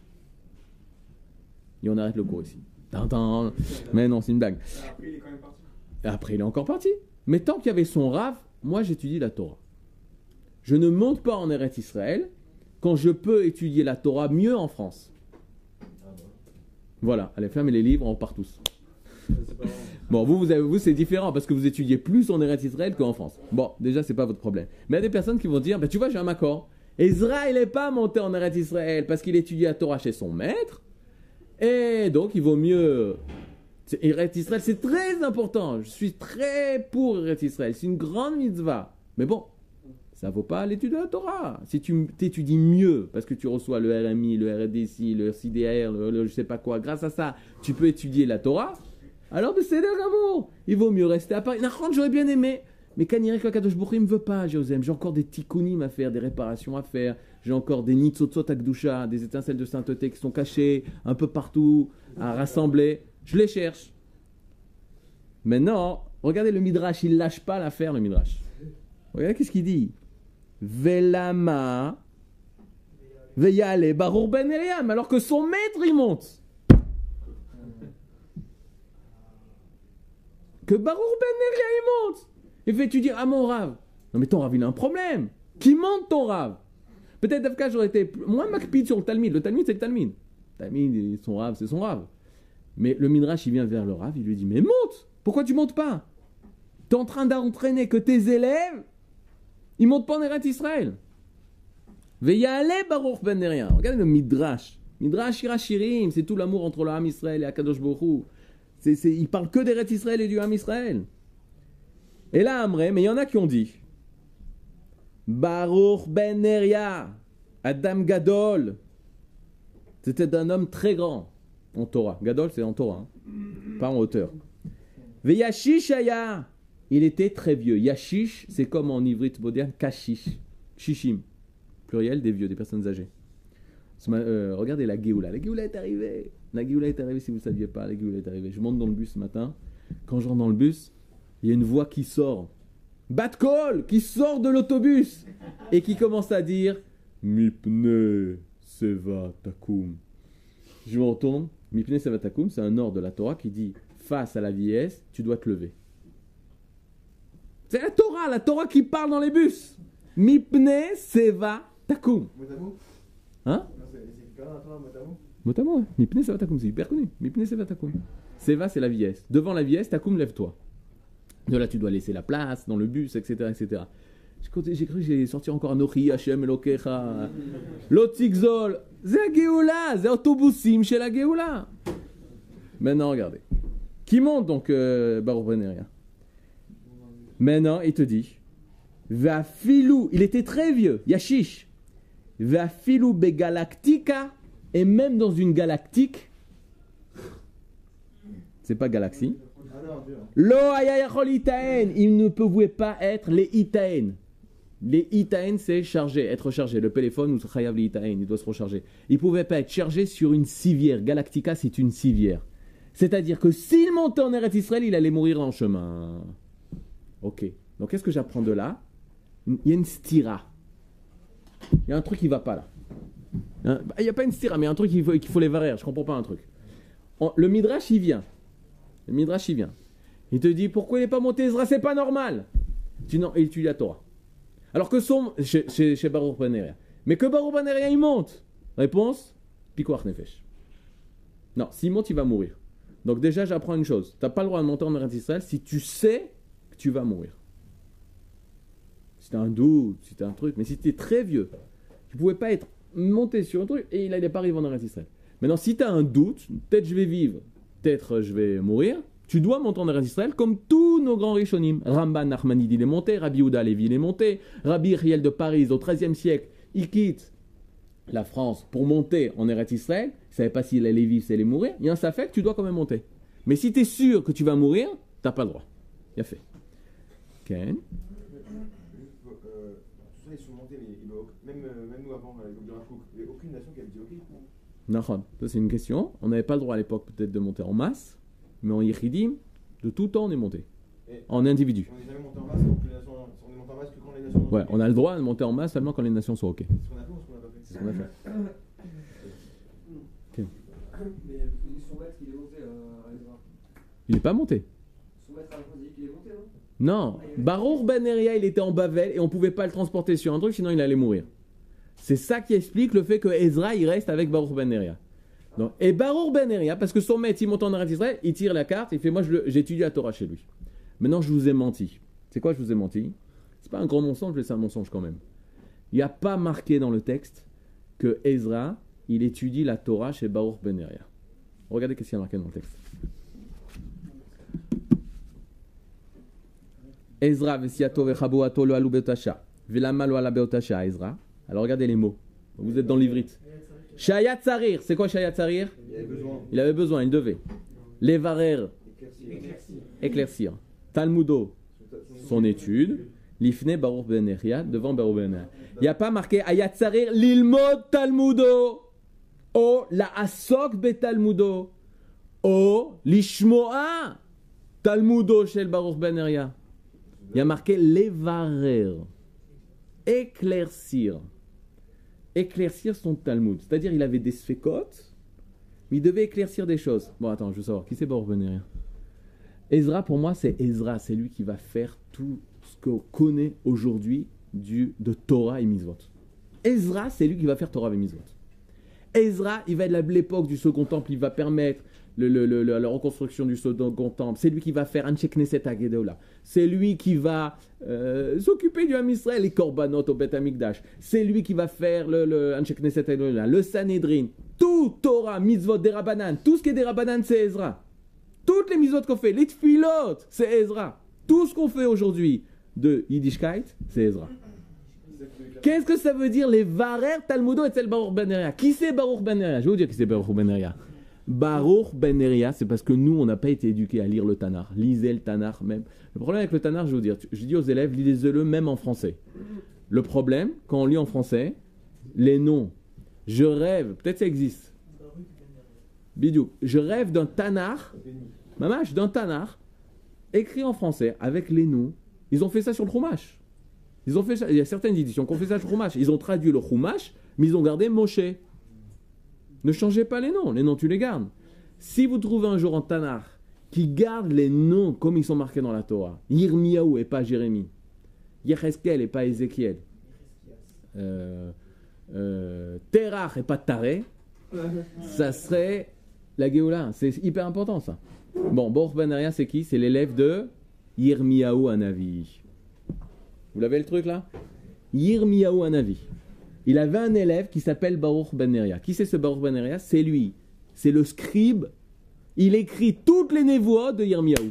Et on arrête le cours ici. Tintin. Mais non, c'est une blague. Après, il est quand même parti. Après, il est encore parti. Mais tant qu'il y avait son Rav, moi j'étudie la Torah. Je ne monte pas en Eretz Israël quand je peux étudier la Torah mieux en France. Voilà, allez, fermez les livres, on part tous. Bon, vous, vous, avez, vous, c'est différent parce que vous étudiez plus en Eretz Israël qu'en France. Bon, déjà, c'est pas votre problème. Mais il y a des personnes qui vont dire, bah, tu vois, j'ai un accord. Ezra, il n'est pas monté en Eretz Israël parce qu'il étudie la Torah chez son maître. Et donc, il vaut mieux... Eretz Israël, c'est très important. Je suis très pour Eretz Israël. C'est une grande mitzvah. Mais bon, ça vaut pas l'étude de la Torah. Si tu t'étudies mieux, parce que tu reçois le R M I, le R D C, le C D A R, le, le je sais pas quoi, grâce à ça, tu peux étudier la Torah, alors de c'est l'amour. Il vaut mieux rester à Paris. N'importe, j'aurais bien aimé. Mais Kanirek Kadosh Baruch Hu, il me veut pas, Jérusalem. J'ai encore des tikkunim à faire, des réparations à faire. J'ai encore des nitzotzot akdusha, des étincelles de sainteté qui sont cachées un peu partout, à rassembler. Je les cherche. Maintenant, regardez le Midrash, il lâche pas l'affaire, le Midrash. Regardez qu'est-ce qu'il dit. Velama Veyale Baruch ben Eliam, alors que son maître il monte. Que Baruch ben Eliam il monte. Il fait, tu dis, ah mon Rav. Non mais ton Rav il a un problème. Qui monte ton Rav? Peut-être Davka j'aurais été moins makpid sur le Talmud. Le Talmud c'est le Talmud. Le Talmud, son Rav c'est son Rav. Mais le Midrash il vient vers le Rav, il lui dit, mais monte. Pourquoi tu montes pas? Tu es en train d'entraîner que tes élèves, ils montent pas en Eretz Israël. Veyale Baruch ben Neria. Regardez le Midrash. Midrash Shirachirim, c'est tout l'amour entre le Ham Israël et Akadosh Baruch Hu. C'est, c'est, il parle que d'Eretz Israël et du Ham Israël. Et là, Amré, mais il y en a qui ont dit Baruch ben Neria, Adam Gadol. C'était un homme très grand en Torah. Gadol, c'est en Torah, hein, pas en hauteur. Veyashish Aya. Il était très vieux. Yashish, c'est comme en ivrite moderne, kashish. Shishim. Pluriel des vieux, des personnes âgées. Euh, regardez la Géoula. La Géoula est arrivée. La Géoula est arrivée, si vous ne saviez pas, la Géoula est arrivée. Je monte dans le bus ce matin. Quand je rentre dans le bus, il y a une voix qui sort. Bat call qui sort de l'autobus et qui commence à dire Mipne Seva Takum. Je me retourne. Mipne Seva Takum, c'est un ordre de la Torah qui dit face à la vieillesse, tu dois te lever. C'est la Torah, la Torah qui parle dans les bus. Mipne Seva Takum. Motamo. Hein? Non, c'est c'est quand même un Torah, Motamo. Motamo, ouais. Mipne Seva Takum, c'est hyper connu. Mipne Seva Takum. Seva, c'est la vieillesse. Devant la vieillesse, Takum, lève-toi. De là, tu dois laisser la place dans le bus, et cetera, et cetera. J'ai cru que j'allais sortir encore un Ochi, Hashem, Elokecha, Lotzigzol. C'est la Géoula, c'est autobusim chez la Géoula. Maintenant, regardez. Qui monte donc euh, Baruch ben Neria? Maintenant, il te dit Va filou, il était très vieux, Yashish. Va filou begalactica, et même dans une galactique, c'est pas galaxie. Lo ayayachol itaen, il ne pouvait pas être les itaen. Les itaen, c'est chargé, être chargé. Le téléphone ou chayav les itaen, il doit se recharger. Il ne pouvait pas être chargé sur une civière. Galactica, c'est une civière. C'est-à-dire que s'il montait en Eretz Israël, il allait mourir en chemin. Ok. Donc qu'est-ce que j'apprends de là? Il y a une stira. Il y a un truc qui ne va pas là. Hein? Il n'y a pas une stira, mais il y a un truc qu'il faut, qu'il faut les varier. Je ne comprends pas un truc. On, le Midrash, il vient. Le Midrash, il vient. Il te dit, pourquoi il n'est pas monté Ezra? C'est pas normal. Tu non, il étudie la Torah. Alors que son... Chez, chez, chez Baruch ben Neria. Mais que Baruch ben Neria, il monte. Réponse, Pikuach Nefesh. Non, s'il monte, il va mourir. Donc déjà, j'apprends une chose. Tu n'as pas le droit de monter en Eretz Israël si tu sais que tu vas mourir. Si tu as un doute, si tu as un truc. Mais si tu es très vieux, tu ne pouvais pas être monté sur un truc et il n'allait pas arriver en Eretz Israël. Maintenant, si tu as un doute, peut-être je vais vivre, peut-être je vais mourir, tu dois monter en Eretz Israël comme tous nos grands Rishonim. Ramban Nachmanide, il est monté, Rabbi Yehuda Levi, il est monté, Rabbi Riel de Paris, au treizième siècle, il quitte la France pour monter en Eretz Israël. Il ne savait pas s'il allait vivre, s'il allait mourir. Il y a un safek, tu dois quand même monter. Mais si tu es sûr que tu vas mourir, tu n'as pas le droit. Il a fait. Ken. Euh, tout ça, ils sont montés, mais il doit, même, euh, même nous avant, avec le Rav Kook, il n'y a aucune nation qui a dit OK. Nachon. Ça, c'est une question. On n'avait pas le droit à l'époque peut-être de monter en masse, mais en Yechidim, de tout temps, on est monté. Et en individu. On n'est jamais monté en masse, donc les nations, on est monté en masse que quand Ouais, on a le droit de monter en masse seulement quand les nations sont OK. C'est ce qu'on a fait ou ce qu'on n'a pas fait? C'est ce qu'on a fait. Ok. Mais son maître, il est monté à Ezra. Il n'est pas monté. Son maître à la fin, il dit qu'il est monté, non? Non, Baruch Ben Neria, il était en Bavel et on pouvait pas le transporter sur un truc, sinon il allait mourir. C'est ça qui explique le fait que Ezra, il reste avec Baruch Ben Neria. Donc, et Baruch Ben Neria, parce que son maître, il monte en Eretz Israël, il tire la carte, il fait, moi, je le- j'étudie la Torah chez lui. Maintenant, je vous ai menti. C'est quoi, je vous ai menti? C'est pas un grand mensonge, mais c'est un mensonge quand même. Il n'y a pas marqué dans le texte que Ezra, il étudie la Torah chez Baruch Ben Neria. Regardez qu'est-ce qu'il y a marqué dans le texte. Ezra vesiato vechaboato lo alu beotasha velama lo ala beotasha Ezra. Alors regardez les mots. Vous êtes dans l'ivrite. Shayat Sarir, c'est quoi Shayat Sarir? Il avait besoin. Il avait besoin, il devait. Levarer, Éclairci. éclaircir. Talmudo, son étude. L'ifne Baruch Ben Neria, devant Baruch Ben Neria. Il n'y a pas marqué Ayat Sarir, l'ilmod Talmudo. O la asok betalmudo. O lishmoa Talmudo shel Baruch Ben Neria. Il y a marqué levarer, éclaircir. Éclaircir son Talmud. C'est-à-dire, il avait des sfécotes, mais il devait éclaircir des choses. Bon, attends, je veux savoir, qui c'est Baruch Ben Neria? Ezra, pour moi, c'est Ezra. C'est lui qui va faire tout ce qu'on connaît aujourd'hui du, de Torah et Mitzvot. Ezra, c'est lui qui va faire Torah et Mitzvot. Ezra, il va être de l'époque du Second Temple, il va permettre le, le, le, la reconstruction du Second Temple. C'est lui qui va faire Anshe Knesset HaGedolah. C'est lui qui va euh, s'occuper du Ham Israël, les Korbanot au Beth Amikdash. C'est lui qui va faire le, le Anshe Knesset HaGedolah, le Sanhedrin. Tout Torah, Mitzvot, des Rabbanan. Tout ce qui est des Rabbanan, c'est Ezra. Toutes les Mitzvot qu'on fait, les Tfilot, c'est Ezra. Tout ce qu'on fait aujourd'hui de Yiddishkeit, c'est Ezra. Qu'est-ce que ça veut dire les Varer Talmudo et Tel Baruch Ben Neria? Qui c'est Baruch Ben Neria? Je vais vous dire qui c'est Baruch Ben Neria. Baruch Ben Neria, c'est parce que nous, on n'a pas été éduqués à lire le Tanakh. Lisez le Tanakh même. Le problème avec le Tanakh, je vais vous dire, je dis aux élèves, lisez-le même en français. Le problème, quand on lit en français, les noms, je rêve, peut-être ça existe. Bidou, je rêve d'un Tanakh, mamash, d'un Tanakh, écrit en français, avec les noms. Ils ont fait ça sur le Chumash. Ils ont fait ça, il y a certaines éditions qui ont fait ça sur le Chumash. Ils ont traduit le Chumash, mais ils ont gardé Moshe. Ne changez pas les noms, les noms tu les gardes. Si vous trouvez un jour un Tanakh qui garde les noms comme ils sont marqués dans la Torah, Yirmiyahu et pas Jérémie, Yecheskel et pas Ézéchiel, euh, euh, Terach et pas Taré, ça serait la Géoula. C'est hyper important ça. Bon, Baruch Ben Neria c'est qui? C'est l'élève de Yirmiyahu Hanavi. Vous l'avez le truc là? Yirmiyahu Hanavi. Il avait un élève qui s'appelle Baruch Ben Neria. Qui c'est ce Baruch Ben Neria? C'est lui. C'est le scribe. Il écrit toutes les névoies de Yirmiyahu.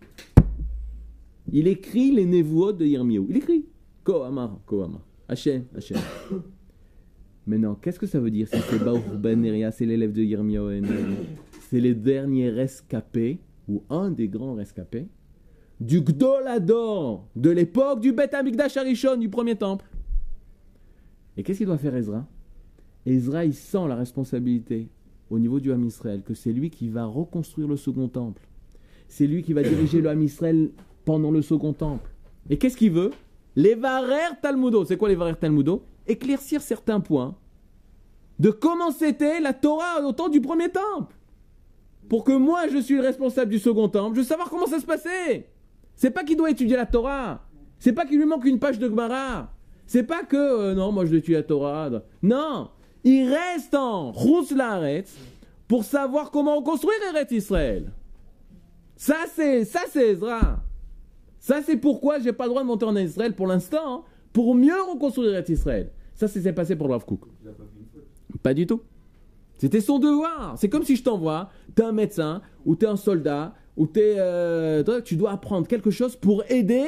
Il écrit les névoies de Yirmiyahu. Il écrit. Kohamar, Kohamar. Hachem, Hachem. Maintenant, qu'est-ce que ça veut dire si c'est Baruch Ben Neria, c'est l'élève de Yirmiyahu? C'est le dernier rescapé, ou un des grands rescapés, du Gdolador, de l'époque du Beth Amikdash Harishon, du premier temple. Et qu'est-ce qu'il doit faire Ezra? Ezra, il sent la responsabilité au niveau du Ham Israël, que c'est lui qui va reconstruire le second temple. C'est lui qui va diriger le Ham Israël pendant le second temple. Et qu'est-ce qu'il veut? Les Varer Talmudo. C'est quoi les Varer Talmudo? Éclaircir certains points de comment c'était la Torah au temps du premier temple. Pour que moi, je suis le responsable du second temple, je veux savoir comment ça se passait. C'est pas qu'il doit étudier la Torah. C'est pas qu'il lui manque une page de Gemara. C'est pas que, euh, non, moi je l'étudie la Torah. Non, il reste en Chutz La'aretz pour savoir comment reconstruire Eretz Israël. Ça c'est, ça c'est Ezra. Ça c'est pourquoi j'ai pas le droit de monter en Israël pour l'instant, hein, pour mieux reconstruire Eretz Israël. Ça c'est s'est passé pour le Rav Kook. Pas du tout. C'était son devoir. C'est comme si je t'envoie, t'es un médecin, ou t'es un soldat, ou t'es, euh, tu dois apprendre quelque chose pour aider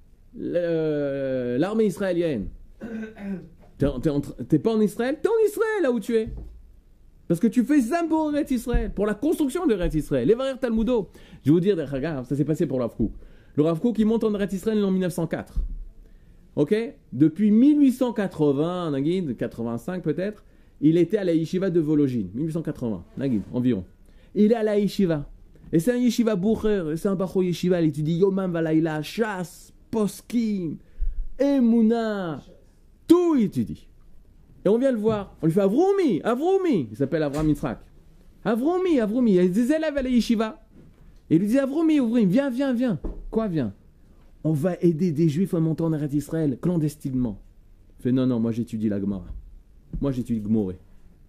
le, l'armée israélienne. T'es, t'es, en, t'es pas en Israël, t'es en Israël là où tu es. Parce que tu fais ça pour Eretz Israël, pour la construction de Eretz Israël. Les Varer Talmudo. Je vais vous dire, regarde, ça s'est passé pour le Rav Kook. Le Rav Kook, il monte en Eretz Israël en mille neuf cent quatre. Ok? Depuis mille huit cent quatre-vingts, Nagid, quatre-vingt-cinq peut-être, il était à la yeshiva de Vologine, mille huit cent quatre-vingts, Nagid, environ. Il est à la yeshiva. Et c'est un yeshiva bourrer, et c'est un bacho yeshiva, il étudie Yomam Valaïla, chasse, poskim, Emouna, tout il étudie. Et on vient le voir. On lui fait Avroumi, Avroumi. Il s'appelle Avram Yitzhak. Avroumi, Avroumi. Il y a des élèves à la yeshiva. Et il lui dit Avroumi, Avroumi, viens, viens, viens. Quoi, viens? On va aider des juifs à monter en Eretz Israël clandestinement. Il fait non, non, moi j'étudie la Gemara. Moi j'étudie Gmoré.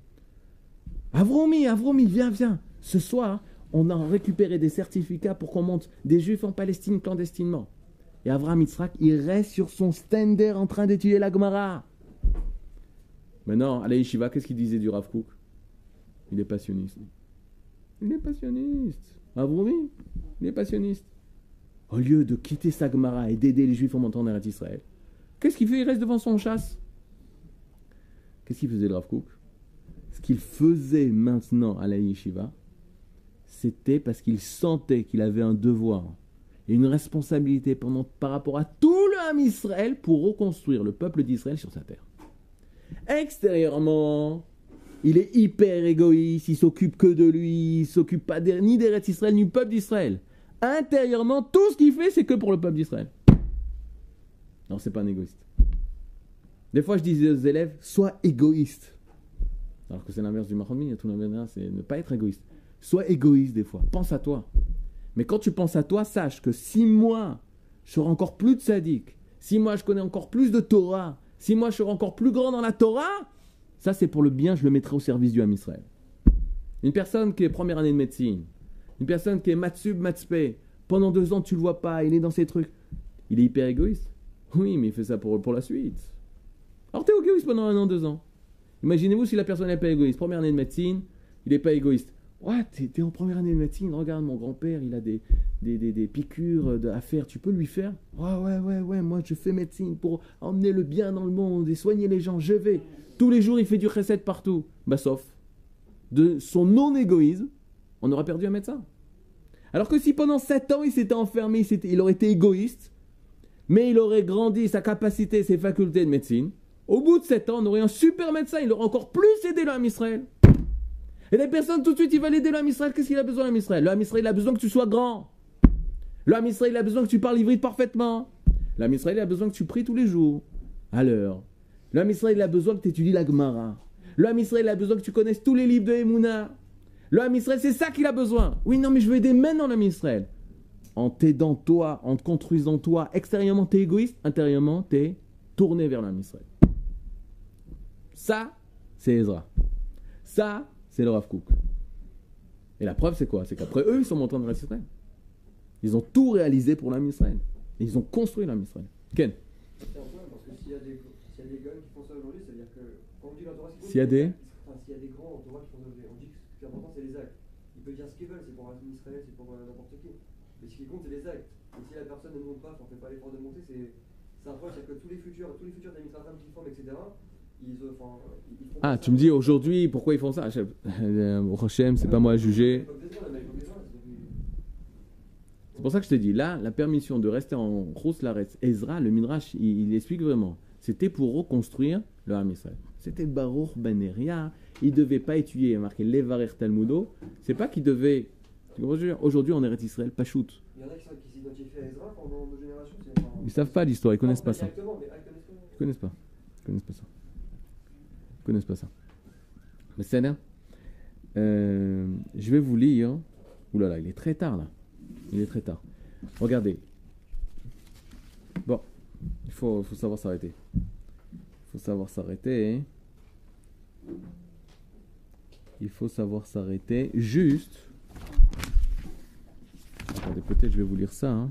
Avroumi, Avroumi, viens, viens. Ce soir, on a récupéré des certificats pour qu'on monte des juifs en Palestine clandestinement. Et Avram Yitzhak, il reste sur son stander en train d'étudier la Gemara. Maintenant, à la yeshiva, qu'est-ce qu'il disait du Rav Kook? Il est passionniste. Il est passionniste. Avroumi, il est passionniste. Au lieu de quitter sa Gemara et d'aider les juifs en montant en Eretz Israël, qu'est-ce qu'il fait? Il reste devant son chasse. Qu'est-ce qu'il faisait le Rav Kook? Ce qu'il faisait maintenant à la yeshiva, c'était parce qu'il sentait qu'il avait un devoir et une responsabilité pendant, par rapport à tout le Ham Israël pour reconstruire le peuple d'Israël sur sa terre. Extérieurement, il est hyper égoïste, il s'occupe que de lui, il s'occupe pas des, ni d'Eretz Israël ni du peuple d'Israël. Intérieurement, tout ce qu'il fait, c'est que pour le peuple d'Israël. Non, c'est pas un égoïste. Des fois, je disais aux élèves, sois égoïste. Alors que c'est l'inverse du Mahomi, tout l'inverse, c'est ne pas être égoïste. Sois égoïste des fois, pense à toi. Mais quand tu penses à toi, sache que si moi, je serai encore plus de sadique, si moi, je connais encore plus de Torah, si moi, je serai encore plus grand dans la Torah, ça, c'est pour le bien, je le mettrai au service du Ham Israël. Une personne qui est première année de médecine, une personne qui est matsub, matspé, pendant deux ans, tu le vois pas, il est dans ses trucs. Il est hyper égoïste. Oui, mais il fait ça pour, pour la suite. Alors, tu es égoïste pendant un an, deux ans. Imaginez-vous si la personne n'est pas égoïste. Première année de médecine, il n'est pas égoïste. Ouais, t'es, t'es en première année de médecine, regarde mon grand-père, il a des, des, des, des piqûres à faire, tu peux lui faire? Ouais, ouais, ouais, ouais, moi je fais médecine pour emmener le bien dans le monde et soigner les gens, je vais. Tous les jours, il fait du chesed partout. Bah, sauf de son non-égoïsme, on aurait perdu un médecin. Alors que si pendant sept ans, il s'était enfermé, il, s'était, il aurait été égoïste, mais il aurait grandi sa capacité, ses facultés de médecine, au bout de sept ans, on aurait un super médecin, il aurait encore plus aidé le Ham Israël. Et les personnes, tout de suite, ils veulent aider le Ham Israël. Qu'est-ce qu'il a besoin, le Ham Israël? Le Ham Israël, il a besoin que tu sois grand. Le Ham Israël, il a besoin que tu parles ivrite parfaitement. Le Ham Israël, il a besoin que tu pries tous les jours, à l'heure. Le Ham Israël, il a besoin que tu étudies la Gemara. Le Ham Israël, il a besoin que tu connaisses tous les livres de Emouna. Le Ham Israël, c'est ça qu'il a besoin. Oui, non, mais je veux aider maintenant le Ham Israël. En t'aidant toi, en te construisant toi, extérieurement, t'es égoïste, intérieurement, t'es tourné vers le Ham Israël. Ça, c'est Ezra. Ça, c'est le Rav Kook. Et la preuve, c'est quoi? C'est qu'après eux, ils sont montés dans Eretz Israël. Ils ont tout réalisé pour l'Am Israël. Et ils ont construit l'Am Israël. Ken? C'est un problème parce que s'il y a des, s'il y a des gars qui font ça aujourd'hui, c'est-à-dire que quand on dit la Torah, c'est s'il y a des enfin, s'il y a des grands en Torah qui font ça, on dit que ce qui est important, c'est les actes. Ils peuvent dire ce qu'ils veulent, c'est pour l'Am Israël, c'est pour n'importe qui. Mais ce qui compte, c'est les actes. Et si la personne ne monte pas, si on ne fait pas l'effort de monter, c'est, c'est un problème. C'est-à-dire que tous les futurs, tous les futurs d'administrateurs qui forment, et cetera, Ils, enfin, ils ah, tu me dis aujourd'hui pourquoi ils font ça? Au Hachem, c'est pas moi à juger. C'est pour ça que je t'ai dit, là, la permission de rester en Chous Laretz, Ezra, le Midrash, il, il explique vraiment. C'était pour reconstruire le Ham Israël. C'était Baruch Ben Neria. Il ne devait pas étudier, il y a marqué Levarer Talmudo. C'est pas qu'il devait. Aujourd'hui, on est Eretz Israël, pas shoot. Il y en a qui s'identifient à Ezra pendant deux générations. C'est, enfin, ils ne savent pas l'histoire, ils ne connaissent pas ça. Mais, Ils connaissent pas. Ils connaissent pas ça. Ils connaissent pas ça. Mais c'est là. Euh, je vais vous lire. Ouh là là, il est très tard là. Il est très tard. Regardez. Bon, il faut, faut savoir s'arrêter. Il faut savoir s'arrêter. Il faut savoir s'arrêter. Juste. Attendez, peut-être je vais vous lire ça. Hein.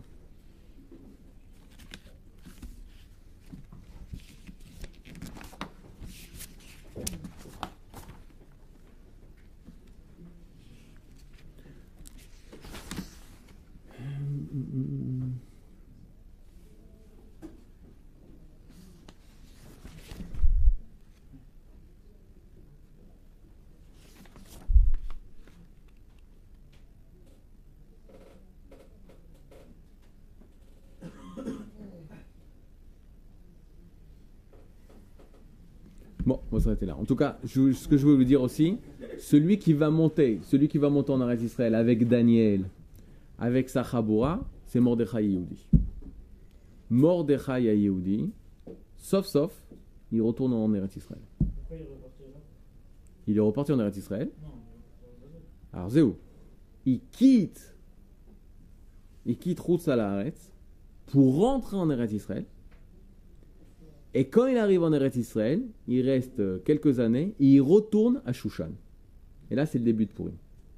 Bon, on va s'arrêter là. En tout cas, je, ce que je veux vous dire aussi, celui qui va monter, celui qui va monter en Eretz Israël avec Daniel, avec sa Chaboura, c'est Mordechai Yehudi. Mordechai Yehudi, sauf, sauf, il retourne en Eretz Israël. Pourquoi il est reparti là? Il est reparti en Eretz Israël. Non, Alors, Zéou, il quitte, il quitte Routz à la Haaretz pour rentrer en Eretz Israël. Et quand il arrive en Eretz Israël, il reste quelques années, et il retourne à Shushan. Et là, c'est le début de Purim.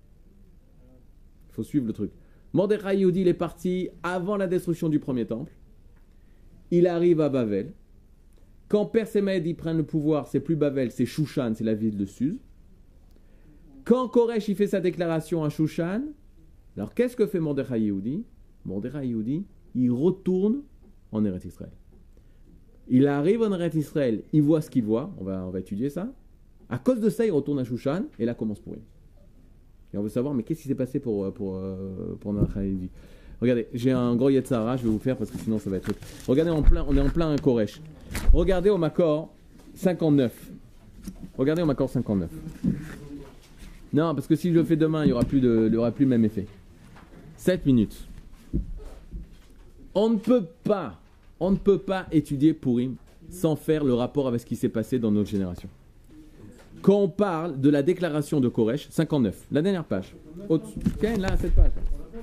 Il faut suivre le truc. Mordechai Yehudi, il est parti avant la destruction du premier temple. Il arrive à Bavel. Quand Persémède, ils prennent le pouvoir, c'est plus Bavel, c'est Shushan, c'est la ville de Suse. Quand Koresh, il fait sa déclaration à Shushan, alors qu'est-ce que fait Mordechai Yehudi? Mordechai Yehudi, il retourne en Eretz Israël. Il arrive en Eretz Israël, il voit ce qu'il voit, on va, on va étudier ça. À cause de ça, il retourne à Shushan, et là commence Purim. Et on veut savoir, mais qu'est-ce qui s'est passé pour, pour, pour Mordechai Yehudi? Regardez, j'ai un gros Yetzara, je vais vous faire parce que sinon ça va être... Regardez, en plein, on est en plein Koresh. Regardez au Makor cinquante-neuf. Regardez au Makor cinquante-neuf. Non, parce que si je le fais demain, il n'y aura plus de, il y aura plus le même effet. sept minutes. On ne peut pas, on ne peut pas étudier Purim sans faire le rapport avec ce qui s'est passé dans notre génération. Quand on parle de la déclaration de Koresh, cinquante-neuf, la dernière page. Au-dessus. Tiens, là, cette page.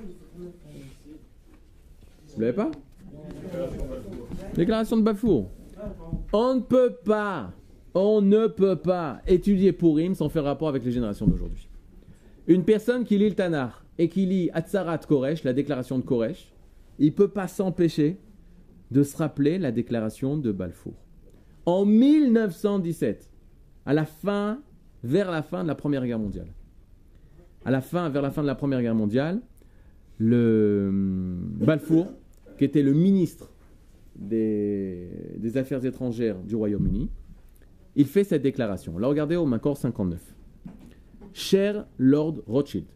Vous l'avez pas? Déclaration de Balfour. On ne peut pas, on ne peut pas étudier Purim sans faire rapport avec les générations d'aujourd'hui. Une personne qui lit le Tanakh et qui lit Hatzarat Koresh, la déclaration de Koresh, il ne peut pas s'empêcher de se rappeler la déclaration de Balfour. En mille neuf cent dix-sept, à la fin, vers la fin de la Première Guerre mondiale, à la fin, vers la fin de la Première Guerre mondiale, le Balfour, qui était le ministre des, des Affaires étrangères du Royaume-Uni, il fait cette déclaration. Là, regardez au Makor cinquante-neuf. Cher Lord Rothschild.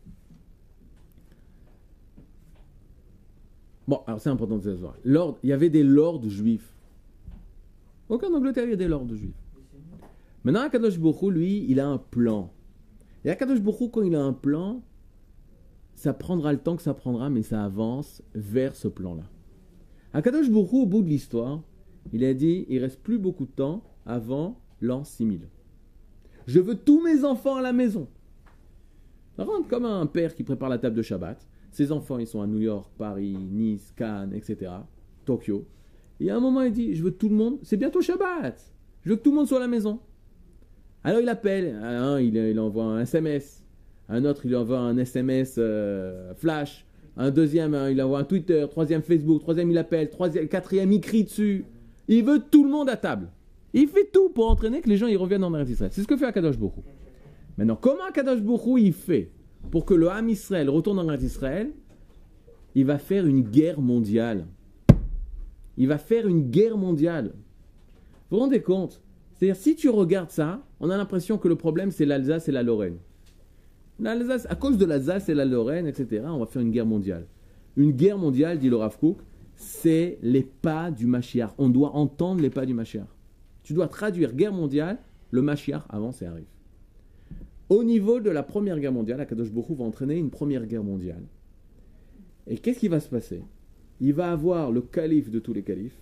Bon, alors c'est important de savoir. Lord, il y avait des lords juifs. Aucun Angleterre, il y a des lords juifs. Maintenant, Akadosh Baruch Hu, lui, il a un plan. Et Akadosh Baruch Hu, quand il a un plan, ça prendra le temps que ça prendra, mais ça avance vers ce plan-là. Akadosh Baruch Hu, au bout de l'histoire, il a dit, il reste plus beaucoup de temps avant l'an six mille. Je veux tous mes enfants à la maison. Ça rentre comme un père qui prépare la table de Shabbat. Ses enfants, ils sont à New York, Paris, Nice, Cannes, et cetera, Tokyo. Et à un moment, il dit, je veux tout le monde, c'est bientôt Shabbat. Je veux que tout le monde soit à la maison. Alors il appelle, un, il, il envoie un S M S. Un autre, il envoie un S M S euh, flash. Un deuxième, hein, il envoie un Twitter. Troisième, Facebook. Troisième, il appelle. Troisième, quatrième, il crie dessus. Il veut tout le monde à table. Il fait tout pour entraîner que les gens ils reviennent en Eretz Israël. C'est ce que fait Akadosh Baruch Hu. Maintenant, comment Akadosh Baruch Hu il fait pour que le Ham Israël retourne en Eretz Israël? Il va faire une guerre mondiale. Il va faire une guerre mondiale. Vous vous rendez compte? C'est-à-dire, si tu regardes ça, on a l'impression que le problème, c'est l'Alsace et la Lorraine. L'Alsace, à cause de l'Alsace et la Lorraine, et cetera, on va faire une guerre mondiale. Une guerre mondiale, dit le Rav Kook, c'est les pas du Mashiach. On doit entendre les pas du Mashiach. Tu dois traduire guerre mondiale, le Mashiach avance et arrive. Au niveau de la première guerre mondiale, Akadosh Baruch Hu va entraîner une première guerre mondiale. Et qu'est-ce qui va se passer? Il va avoir le calife de tous les califes,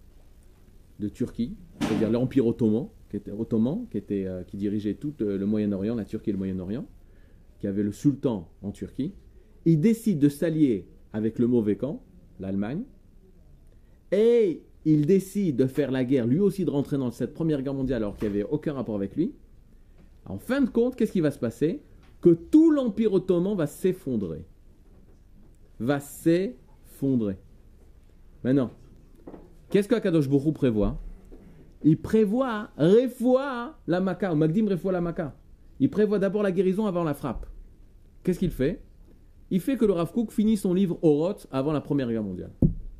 de Turquie, c'est-à-dire l'Empire ottoman, qui, était, ottoman, qui, était, euh, qui dirigeait tout euh, le Moyen-Orient, la Turquie et le Moyen-Orient, qui avait le sultan en Turquie. Il décide de s'allier avec le mauvais camp, l'Allemagne, et il décide de faire la guerre, lui aussi de rentrer dans cette première guerre mondiale alors qu'il n'y avait aucun rapport avec lui. En fin de compte, qu'est-ce qui va se passer? Que tout l'Empire ottoman va s'effondrer. Va s'effondrer. Maintenant, qu'est-ce que Akadosh Baruch Hu prévoit? Il prévoit Refoua la Maka, ou Magdim Refoua la Maka. Il prévoit d'abord la guérison avant la frappe. Qu'est-ce qu'il fait? Il fait que le Rav Kook finit son livre Oroth avant la Première Guerre mondiale.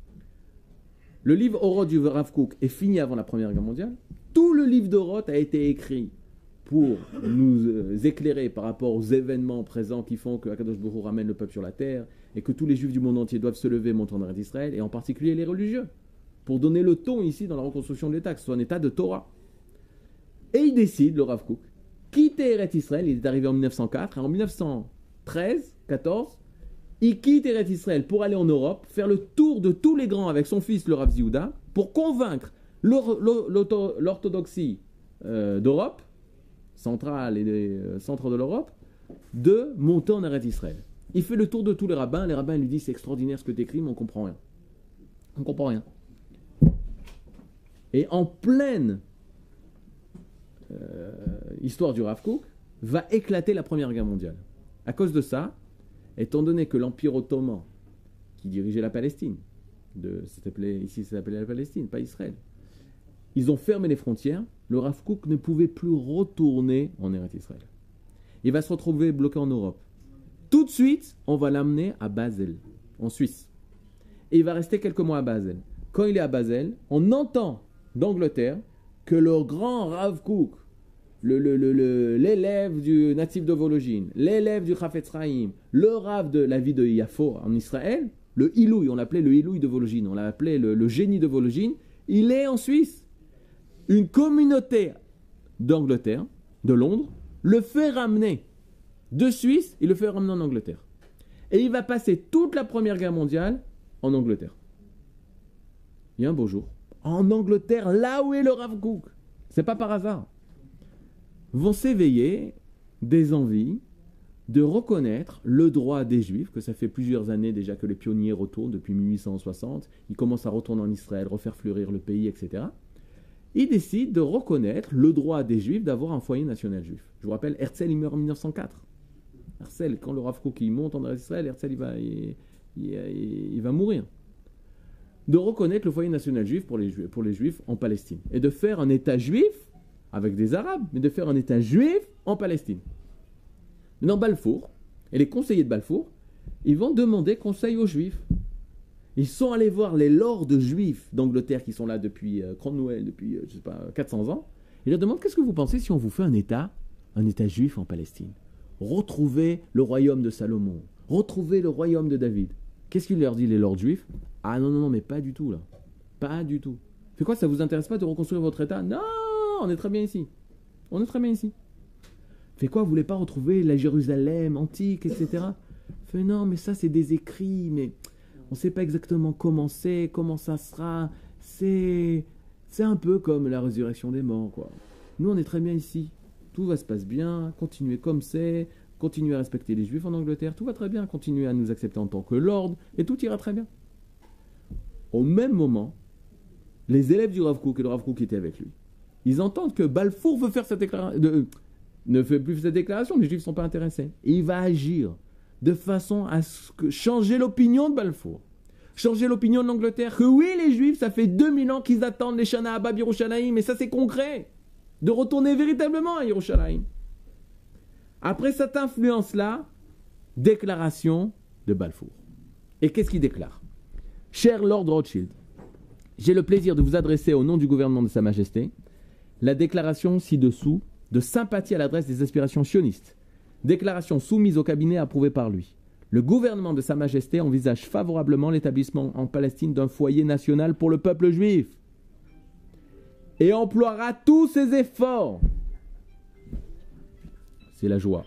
Le livre Oroth du Rav Kook est fini avant la Première Guerre mondiale. Tout le livre d'Oroth a été écrit pour nous éclairer par rapport aux événements présents qui font que Akadosh Baruch Hu ramène le peuple sur la terre et que tous les juifs du monde entier doivent se lever et monter en Eretz Israël, et en particulier les religieux, pour donner le ton ici dans la reconstruction de l'État, que ce soit un État de Torah. Et il décide, le Rav Kook, quitter Eretz Israël. Il est arrivé en mille neuf cent quatre, et en mille neuf cent treize, quatorze, il quitte Eretz Israël pour aller en Europe, faire le tour de tous les grands avec son fils, le Rav Yehuda, pour convaincre l'or- l'or- l'auto- l'orthodoxie euh, d'Europe, centrale et des euh, centres de l'Europe, de monter en Eretz Israël. Il fait le tour de tous les rabbins. Les rabbins lui disent c'est extraordinaire ce que tu écris, mais on ne comprend rien. On ne comprend rien. Et en pleine euh, histoire du Rav Kook, va éclater la Première Guerre mondiale. À cause de ça, étant donné que l'Empire ottoman, qui dirigeait la Palestine, de, ça s'appelait, ici ça s'appelait la Palestine, pas Israël, ils ont fermé les frontières, le Rav Kook ne pouvait plus retourner en Eretz Israël. Il va se retrouver bloqué en Europe. Tout de suite, on va l'amener à Basel, en Suisse. Et il va rester quelques mois à Basel. Quand il est à Basel, on entend d'Angleterre que le grand Rav Kook, le, le, le, le, l'élève du natif de Vologine, l'élève du Chafetz Chaim, le Rav de la vie de Yafo en Israël, le Ilouï, on l'appelait le Ilouï de Vologine, on l'appelait le, le génie de Vologine, il est en Suisse. Une communauté d'Angleterre, de Londres, le fait ramener de Suisse, il le fait ramener en Angleterre. Et il va passer toute la Première Guerre mondiale en Angleterre. Il y a un beau jour, en Angleterre, là où est le Rav Kook, c'est pas par hasard, vont s'éveiller des envies de reconnaître le droit des Juifs, que ça fait plusieurs années déjà que les pionniers retournent, depuis mille huit cent soixante, ils commencent à retourner en Israël, refaire fleurir le pays, et cetera. Ils décident de reconnaître le droit des Juifs d'avoir un foyer national juif. Je vous rappelle, Herzl, il meurt en mille neuf cent quatre. Herzl, quand le Rav Kook il monte en Israël, Herzl, il va, il, il, il, il va mourir. De reconnaître le foyer national juif pour les, Juifs pour les Juifs en Palestine. Et de faire un État juif avec des Arabes, mais de faire un État juif en Palestine. Dans Balfour, et les conseillers de Balfour, ils vont demander conseil aux Juifs. Ils sont allés voir les lords juifs d'Angleterre qui sont là depuis euh, Cromwell, depuis, euh, je sais pas, quatre cents ans. Ils leur demandent, qu'est-ce que vous pensez si on vous fait un État, un État juif en Palestine? Retrouvez le royaume de Salomon, retrouvez le royaume de David. Qu'est-ce qu'il leur dit, les lords juifs? Ah non, non, non, mais pas du tout, là. Pas du tout. Fait quoi, ça vous intéresse pas de reconstruire votre État? Non, on est très bien ici. On est très bien ici. Fait quoi, vous voulez pas retrouver la Jérusalem antique, et cetera. Fait non, mais ça, c'est des écrits, mais on ne sait pas exactement comment c'est, comment ça sera. C'est, c'est un peu comme la résurrection des morts, quoi. Nous, on est très bien ici. Tout va se passer bien, continuez comme c'est, continuez à respecter les Juifs en Angleterre, tout va très bien, continuez à nous accepter en tant que Lord, et tout ira très bien. Au même moment, les élèves du Rav Kook et le Rav Kook qui étaient avec lui, ils entendent que Balfour veut faire cette déclaration, de, ne fait plus cette déclaration, les Juifs ne sont pas intéressés. Et il va agir de façon à ce que, changer l'opinion de Balfour, changer l'opinion de l'Angleterre, que oui, les Juifs, ça fait deux mille ans qu'ils attendent les Shana Haba Yerushalayim, mais ça c'est concret, de retourner véritablement à Yerushalayim. Après cette influence-là, déclaration de Balfour. Et qu'est-ce qu'il déclare? Cher Lord Rothschild, j'ai le plaisir de vous adresser au nom du gouvernement de Sa Majesté la déclaration ci-dessous de sympathie à l'adresse des aspirations sionistes. Déclaration soumise au cabinet approuvée par lui. Le gouvernement de Sa Majesté envisage favorablement l'établissement en Palestine d'un foyer national pour le peuple juif et emploiera tous ses efforts. C'est la joie.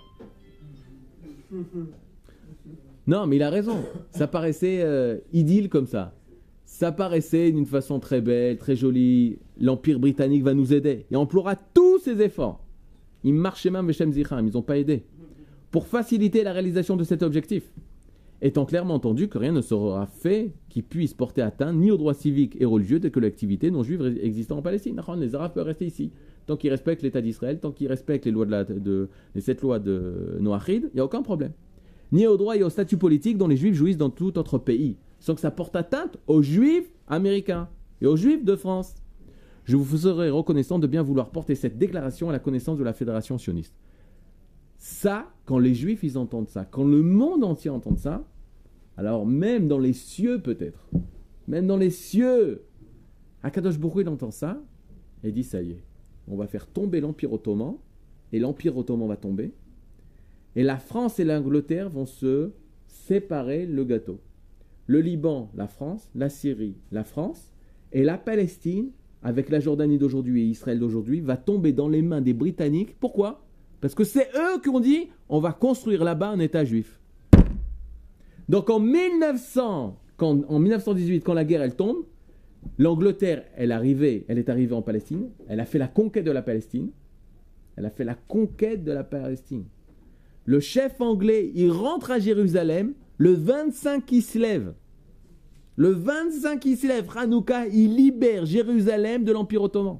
Non, mais il a raison. Ça paraissait euh, idylle comme ça. Ça paraissait d'une façon très belle, très jolie. L'Empire britannique va nous aider. Et emploiera tous ses efforts. Ils marchaient même Veshem Zicham, ils n'ont pas aidé. Pour faciliter la réalisation de cet objectif. Étant clairement entendu que rien ne sera fait qui puisse porter atteinte ni aux droits civiques et religieux des collectivités non juives existant en Palestine. Les Arabes peuvent rester ici. Tant qu'ils respectent l'État d'Israël, tant qu'ils respectent les lois de la, de, les sept lois de Noachid, il n'y a aucun problème. Ni aux droits et au statut politique dont les Juifs jouissent dans tout autre pays, sans que ça porte atteinte aux Juifs américains et aux Juifs de France. Je vous serai reconnaissant de bien vouloir porter cette déclaration à la connaissance de la Fédération sioniste. Ça, quand les Juifs ils entendent ça, quand le monde entier entend ça, alors même dans les cieux peut-être, même dans les cieux, Akadosh Baruch Hu il entend ça et dit ça y est, on va faire tomber l'Empire ottoman et l'Empire ottoman va tomber. Et la France et l'Angleterre vont se séparer le gâteau. Le Liban, la France, la Syrie, la France, et la Palestine, avec la Jordanie d'aujourd'hui et Israël d'aujourd'hui, va tomber dans les mains des Britanniques. Pourquoi? Parce que c'est eux qui ont dit, on va construire là-bas un État juif. Donc en mille neuf cents, quand, en mille neuf cent dix-huit, quand la guerre elle tombe, L'Angleterre, elle, arrivait, elle est arrivée en Palestine, elle a fait la conquête de la Palestine. Elle a fait la conquête de la Palestine. Le chef anglais, il rentre à Jérusalem, le vingt-cinq qui se lève. Le vingt-cinq qui se lève, Hanouka, il libère Jérusalem de l'Empire ottoman.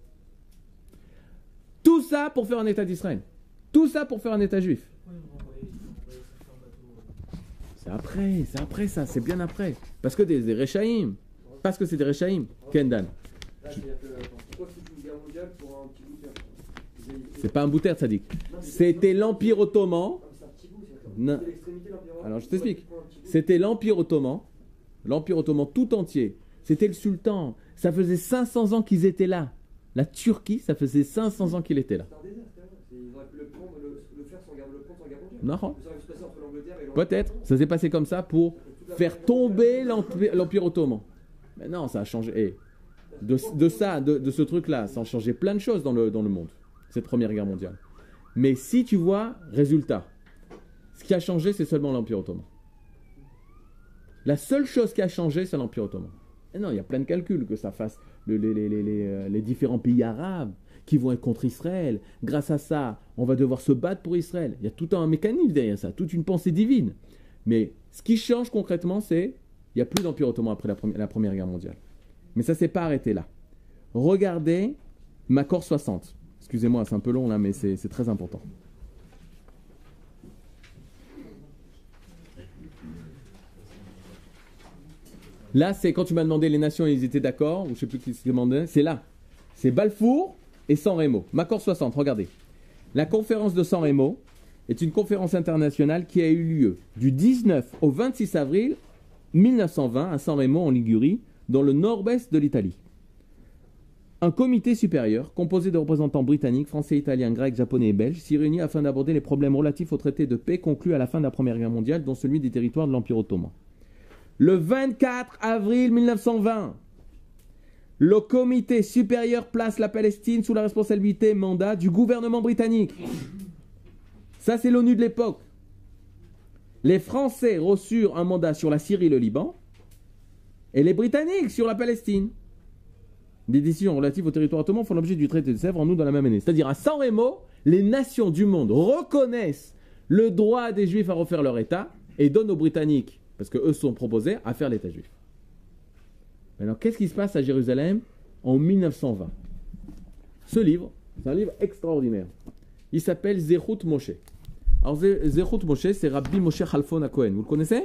Tout ça pour faire un État d'Israël. Tout ça pour faire un État juif. C'est après, c'est après ça, c'est bien après. Parce que des, des Réchaïm. Parce que c'est des Réchaïm. Kendan. Là, c'est-à-dire que pourquoi c'est une guerre mondiale pour un petit bout de terre? C'est pas un bout de terre, Tzadik. C'était l'Empire ottoman. C'est un petit bout, Non. c'est l'extrémité de l'Empire ottoman. Alors je t'explique. C'était l'Empire ottoman. L'Empire ottoman tout entier. C'était le sultan. Ça faisait cinq cents ans qu'ils étaient là. La Turquie, ça faisait cinq cents ans qu'il était là. C'est un désastre, quand même. Ils auraient pu le prendre, le, le faire sans guerre, le prendre sans guerre mondiale. Non. Ça aurait pu se passer entre l'Angleterre et l'Empire Peut-être. ottoman. Ça s'est passé comme ça pour faire tomber l'Empire l'Empire ottoman. Mais non, ça a changé. Et de, de ça, de, de ce truc-là, ça a changé plein de choses dans le, dans le monde, cette première guerre mondiale. Mais si tu vois, résultat, ce qui a changé, c'est seulement l'Empire ottoman. La seule chose qui a changé, c'est l'Empire ottoman. Et non, il y a plein de calculs que ça fasse le, les, les, les, les, les différents pays arabes qui vont être contre Israël. Grâce à ça, on va devoir se battre pour Israël. Il y a tout un mécanisme derrière ça, toute une pensée divine. Mais ce qui change concrètement, c'est il n'y a plus d'Empire ottoman après la, première, la Première Guerre mondiale. Mais ça ne s'est pas arrêté là. Regardez Makor soixante. Excusez-moi, c'est un peu long là, mais c'est, c'est très important. Là, c'est quand tu m'as demandé les nations, ils étaient d'accord, ou je ne sais plus qui se demandait, c'est là. C'est Balfour et San Remo. Makor soixante, regardez. La conférence de San Remo est une conférence internationale qui a eu lieu du dix-neuf au vingt-six avril mille neuf cent vingt à San Remo en Ligurie, dans le nord-ouest de l'Italie. Un comité supérieur, composé de représentants britanniques, français, italiens, grecs, japonais et belges, s'y réunit afin d'aborder les problèmes relatifs au traité de paix conclu à la fin de la Première Guerre mondiale, dont celui des territoires de l'Empire ottoman. Le vingt-quatre avril mille neuf cent vingt, le comité supérieur place la Palestine sous la responsabilité mandat du gouvernement britannique. Ça, c'est l'ONU de l'époque. Les Français reçurent un mandat sur la Syrie et le Liban, et les Britanniques sur la Palestine. Des décisions relatives au territoire ottoman font l'objet du traité de Sèvres en août dans la même année. C'est-à-dire, à San Remo, les nations du monde reconnaissent le droit des Juifs à refaire leur État et donnent aux Britanniques, parce qu'eux sont proposés, à faire l'État juif. Maintenant, qu'est-ce qui se passe à Jérusalem en mille neuf cent vingt? Ce livre, c'est un livre extraordinaire. Il s'appelle Zechut Moshe. Alors, Zechut Moshe, c'est Rabbi Moshe Halfon HaKohen. Vous le connaissez?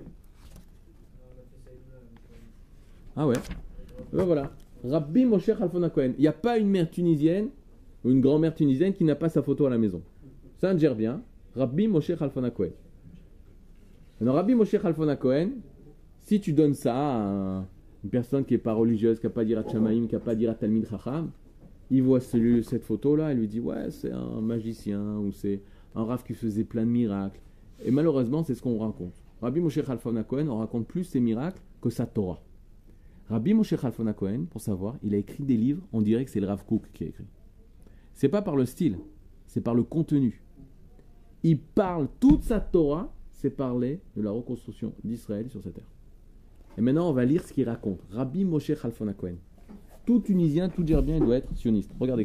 Ah ouais. Ben voilà. Rabbi Moshe Halfon HaKohen. Il n'y a pas une mère tunisienne ou une grand-mère tunisienne qui n'a pas sa photo à la maison. C'est un Djerbien. Rabbi Moshe Halfon HaKohen. Alors, Rabbi Moshe Halfon HaKohen, si tu donnes ça à une personne qui n'est pas religieuse, qui n'a pas d'Irat Shamaim, qui n'a pas d'Irat Talmid Chacham, il voit celui, cette photo-là, il lui dit ouais, c'est un magicien ou c'est un raf qui faisait plein de miracles. Et malheureusement, c'est ce qu'on raconte. Rabbi Moshe Halfon HaKohen, on raconte plus ses miracles que sa Torah. Rabbi Moshe Halfon HaKohen, pour savoir, il a écrit des livres, on dirait que c'est le Rav Kook qui a écrit. C'est pas par le style, c'est par le contenu. Il parle, toute sa Torah, c'est parler de la reconstruction d'Israël sur cette terre. Et maintenant, on va lire ce qu'il raconte. Rabbi Moshe Halfon HaKohen. Tout Tunisien, tout Djerbien, il doit être sioniste. Regardez.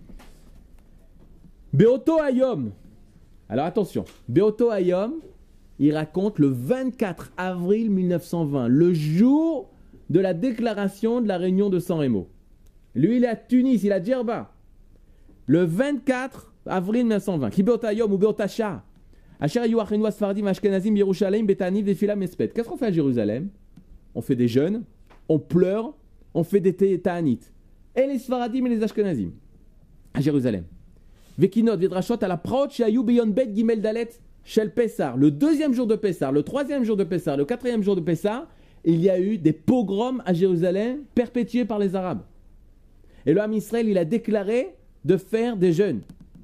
Beoto Hayom. Alors attention. Beoto Hayom, il raconte le vingt-quatre avril mille neuf cent vingt, le jour de la déclaration de la réunion de San Remo. Lui, il est à Tunis, il est à Djerba. Le vingt-quatre avril mille neuf cent vingt. Ki Beoto Hayom ou Beoto Shah. Asher ayu achenu asfardim ashkenazim Yerushalayim betaniv vefila mespet. Qu'est-ce qu'on fait à Jérusalem? On fait des jeûnes, on pleure, on fait des ta'anit. Et les Sfaradim et les Ashkenazim à Jérusalem. Vekinot vedrashot à la prot shayu beyon bet gimel dalet shel Pessar. Le deuxième jour de Pessar, le troisième jour de Pessar, le quatrième jour de Pessar, il y a eu des pogroms à Jérusalem perpétués par les Arabes. Et le Ham Israël, il a déclaré de faire des jeûnes.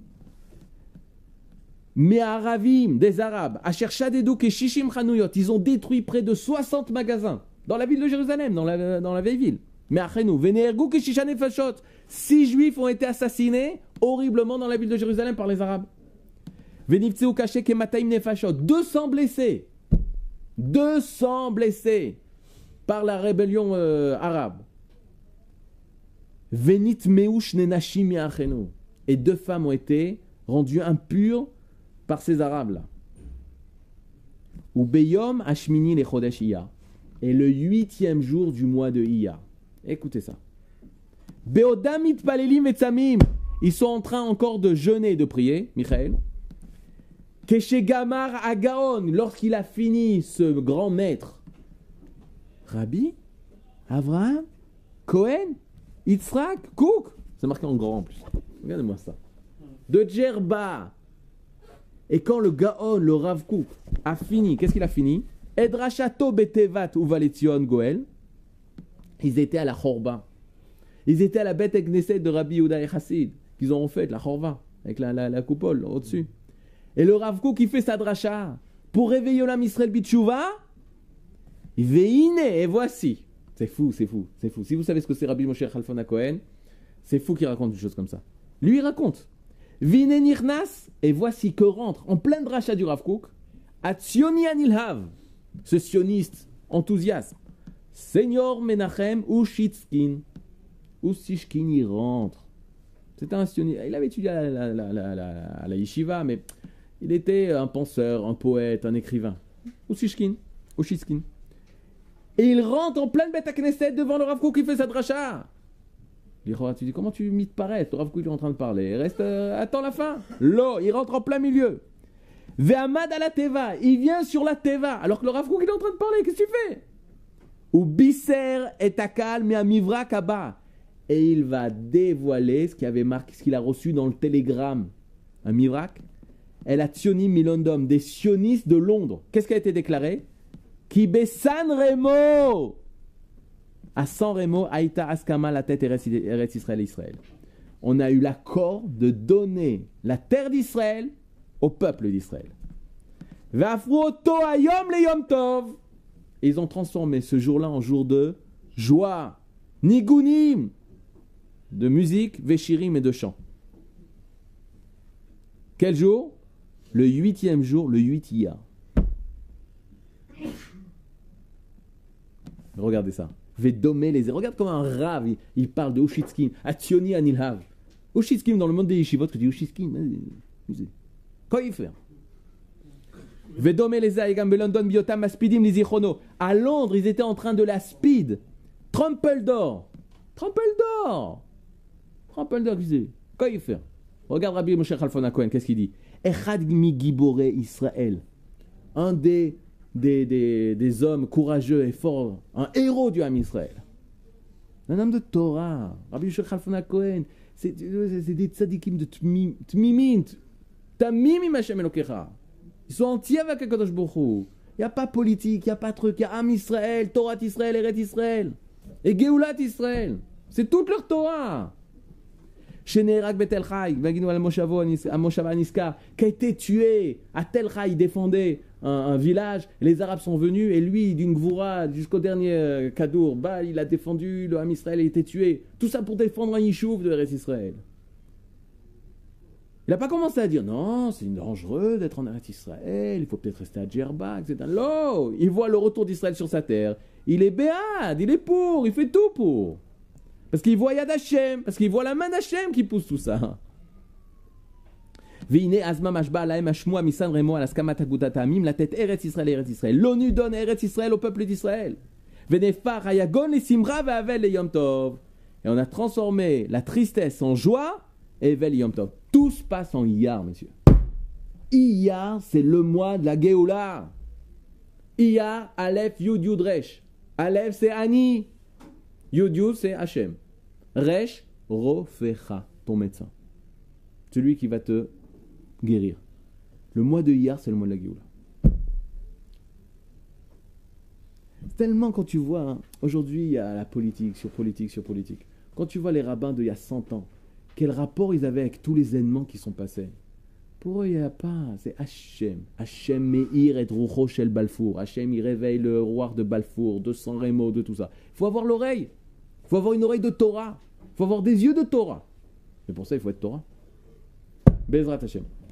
Mais Aravim, des Arabes, Asher Shadeduk et Shishim Chanouyot, ils ont détruit près de soixante magasins dans la ville de Jérusalem, dans la, dans la vieille ville. Mais Achenu, Venerguk et Shishane Fashot, six juifs ont été assassinés horriblement dans la ville de Jérusalem par les Arabes. Venivtseu Kashek et Mataim Nefashot, deux cents blessés. deux cents blessés. par la rébellion euh, arabe. Venit meush nenashim yachenu. Et deux femmes ont été rendues impures par ces Arabes-là. Ou beyom ashmini le chodesh Iyar. Et le huitième jour du mois de Iyar. Écoutez ça. Beodam mitpalelim et tzamim. Ils sont en train encore de jeûner et de prier, Michael. Keshegamar agaon. Lorsqu'il a fini ce grand maître. Rabbi, Avraham, Cohen, Yitzhak, Kouk. C'est marqué en grand en plus. Regardez-moi ça. De Djerba. Et quand le Gaon, le Rav Kouk, a fini, qu'est-ce qu'il a fini? Edrachato betevat uvaletzion Goel. Ils étaient à la Chorba. Ils étaient à la bête Knesset de Rabbi Yehuda et Chassid, qu'ils ont fait, la Chorba, avec la, la, la coupole au-dessus. Et le Rav Kouk, il fait sa dracha pour réveiller l'âme Israël Bitchouva. Veine, et voici. C'est fou, c'est fou, c'est fou. Si vous savez ce que c'est Rabbi Moshe Chalfon HaKohen, c'est fou qu'il raconte une chose comme ça. Lui, il raconte. Vine nirnas, et voici que rentre en plein dracha du Rav Kouk, à Tzioni Anilhav, ce sioniste enthousiaste. Seigneur Menachem Ushitskin. Ushitskin, il rentre. C'était un sioniste. Il avait étudié à la, la, la, la, à la yeshiva, mais il était un penseur, un poète, un écrivain. Ushitskin. Ushitskin. Et il rentre en pleine bête à Knesset devant le Rav Kouk qui fait sa dracha. Tu dis, comment tu m'y te paraît? Le Rav Kouk est en train de parler. Reste, euh, attends la fin. L'eau, il rentre en plein milieu. Ve'amad à la teva. Il vient sur la teva. Alors que le Rav Kouk est en train de parler. Qu'est-ce que tu fais? Ou biser et takal mais à mivra kaba. Et il va dévoiler ce qu'il avait marqué, ce qu'il a reçu dans le télégramme. Un mivrak. Elle a tionim milondom, des sionistes de Londres. Qu'est-ce qui a été déclaré? Qui San Remo. À San Remo, Aïta Askama, la tête Eretz Israël et Israël. On a eu l'accord de donner la terre d'Israël au peuple d'Israël. Vafruoto ayom le yom tov. Et ils ont transformé ce jour-là en jour de joie, nigunim, de musique, veshirim et de chant. Quel jour? Le huitième jour, le huit Iyar. Regardez ça. Vedomé les. Regarde comment un rave, il, il parle de Ushitskin, Ationi Anilhav. Ushitskin, dans le monde des yeshivot, tu dis Ushitskin. Quoi il fait? Vedomé les aïgam belondon biotam aspidim les ichono. À Londres, ils étaient en train de la speed. Trample d'or. Trample d'or. Trample d'or, quoi il fait? Regarde Rabbi Moshe Chalfon HaKohen, qu'est-ce qu'il dit? Echad mi gibore Israël. Un des. Des, des, des hommes courageux et forts, un héros du Ham Israël, un homme de Torah, Rabbi Moshe Chalfon HaKohen, c'est, c'est des tzadikim de tmimim, tamimim Hashem Elokecha. Ils sont entiers avec HaKadosh Baruch Hu. Il n'y a pas politique, il n'y a pas truc, il y a Ham Israël, Torah Israël, Eretz Israël, et Geulat Israël. C'est toute leur Torah. Shenerak Betel Chai, Vaginu al Moshava Aniska, qui a été tué à Tel Chai, il défendait un, un village, les Arabes sont venus, et lui, d'une Gvoura jusqu'au dernier euh, Kadour, bah, il a défendu, le Ham Israël a été tué. Tout ça pour défendre un Yishuv de Eretz Israël. Il n'a pas commencé à dire, non, c'est dangereux d'être en Eretz Israël, il faut peut-être rester à Djerba, et cetera. Non, il voit le retour d'Israël sur sa terre, il est béad, il est pour, il fait tout pour. Parce qu'il voit Yad Hashem, parce qu'il voit la main d'Hashem qui pousse tout ça. Veine azma mashba laem ashmua misan remo al askamat agudatamim, la tête Eretz Israël, Eretz Israël. L'ONU donne Eretz Israël au peuple d'Israël. Venefar hayagon le simra ve'avel le yom tov. Et on a transformé la tristesse en joie et vel yom tov. Tout se passe en Iyar, messieurs. Iyar, c'est le mois de la Géoula. Iyar, Aleph, Yud, Yud, Resh. Aleph, c'est Ani. Yud, Yud, c'est Hachem. Resh, Rofecha, ton médecin. Celui qui va te guérir. Le mois de Iyar, c'est le mois de la Géoula. Tellement quand tu vois, hein, aujourd'hui, il y a la politique, sur politique, sur politique. Quand tu vois les rabbins d'il y a cent ans, quel rapport ils avaient avec tous les événements qui sont passés. Pour eux, il n'y a pas, c'est Hachem. Hachem Meir et Rucho Shel Balfour. Hachem, il réveille le roi de Balfour, de San Remo, de tout ça. Il faut avoir l'oreille. Il faut avoir une oreille de Torah. Il faut avoir des yeux de Torah. Mais pour ça, il faut être Torah. Bezrat Hachem.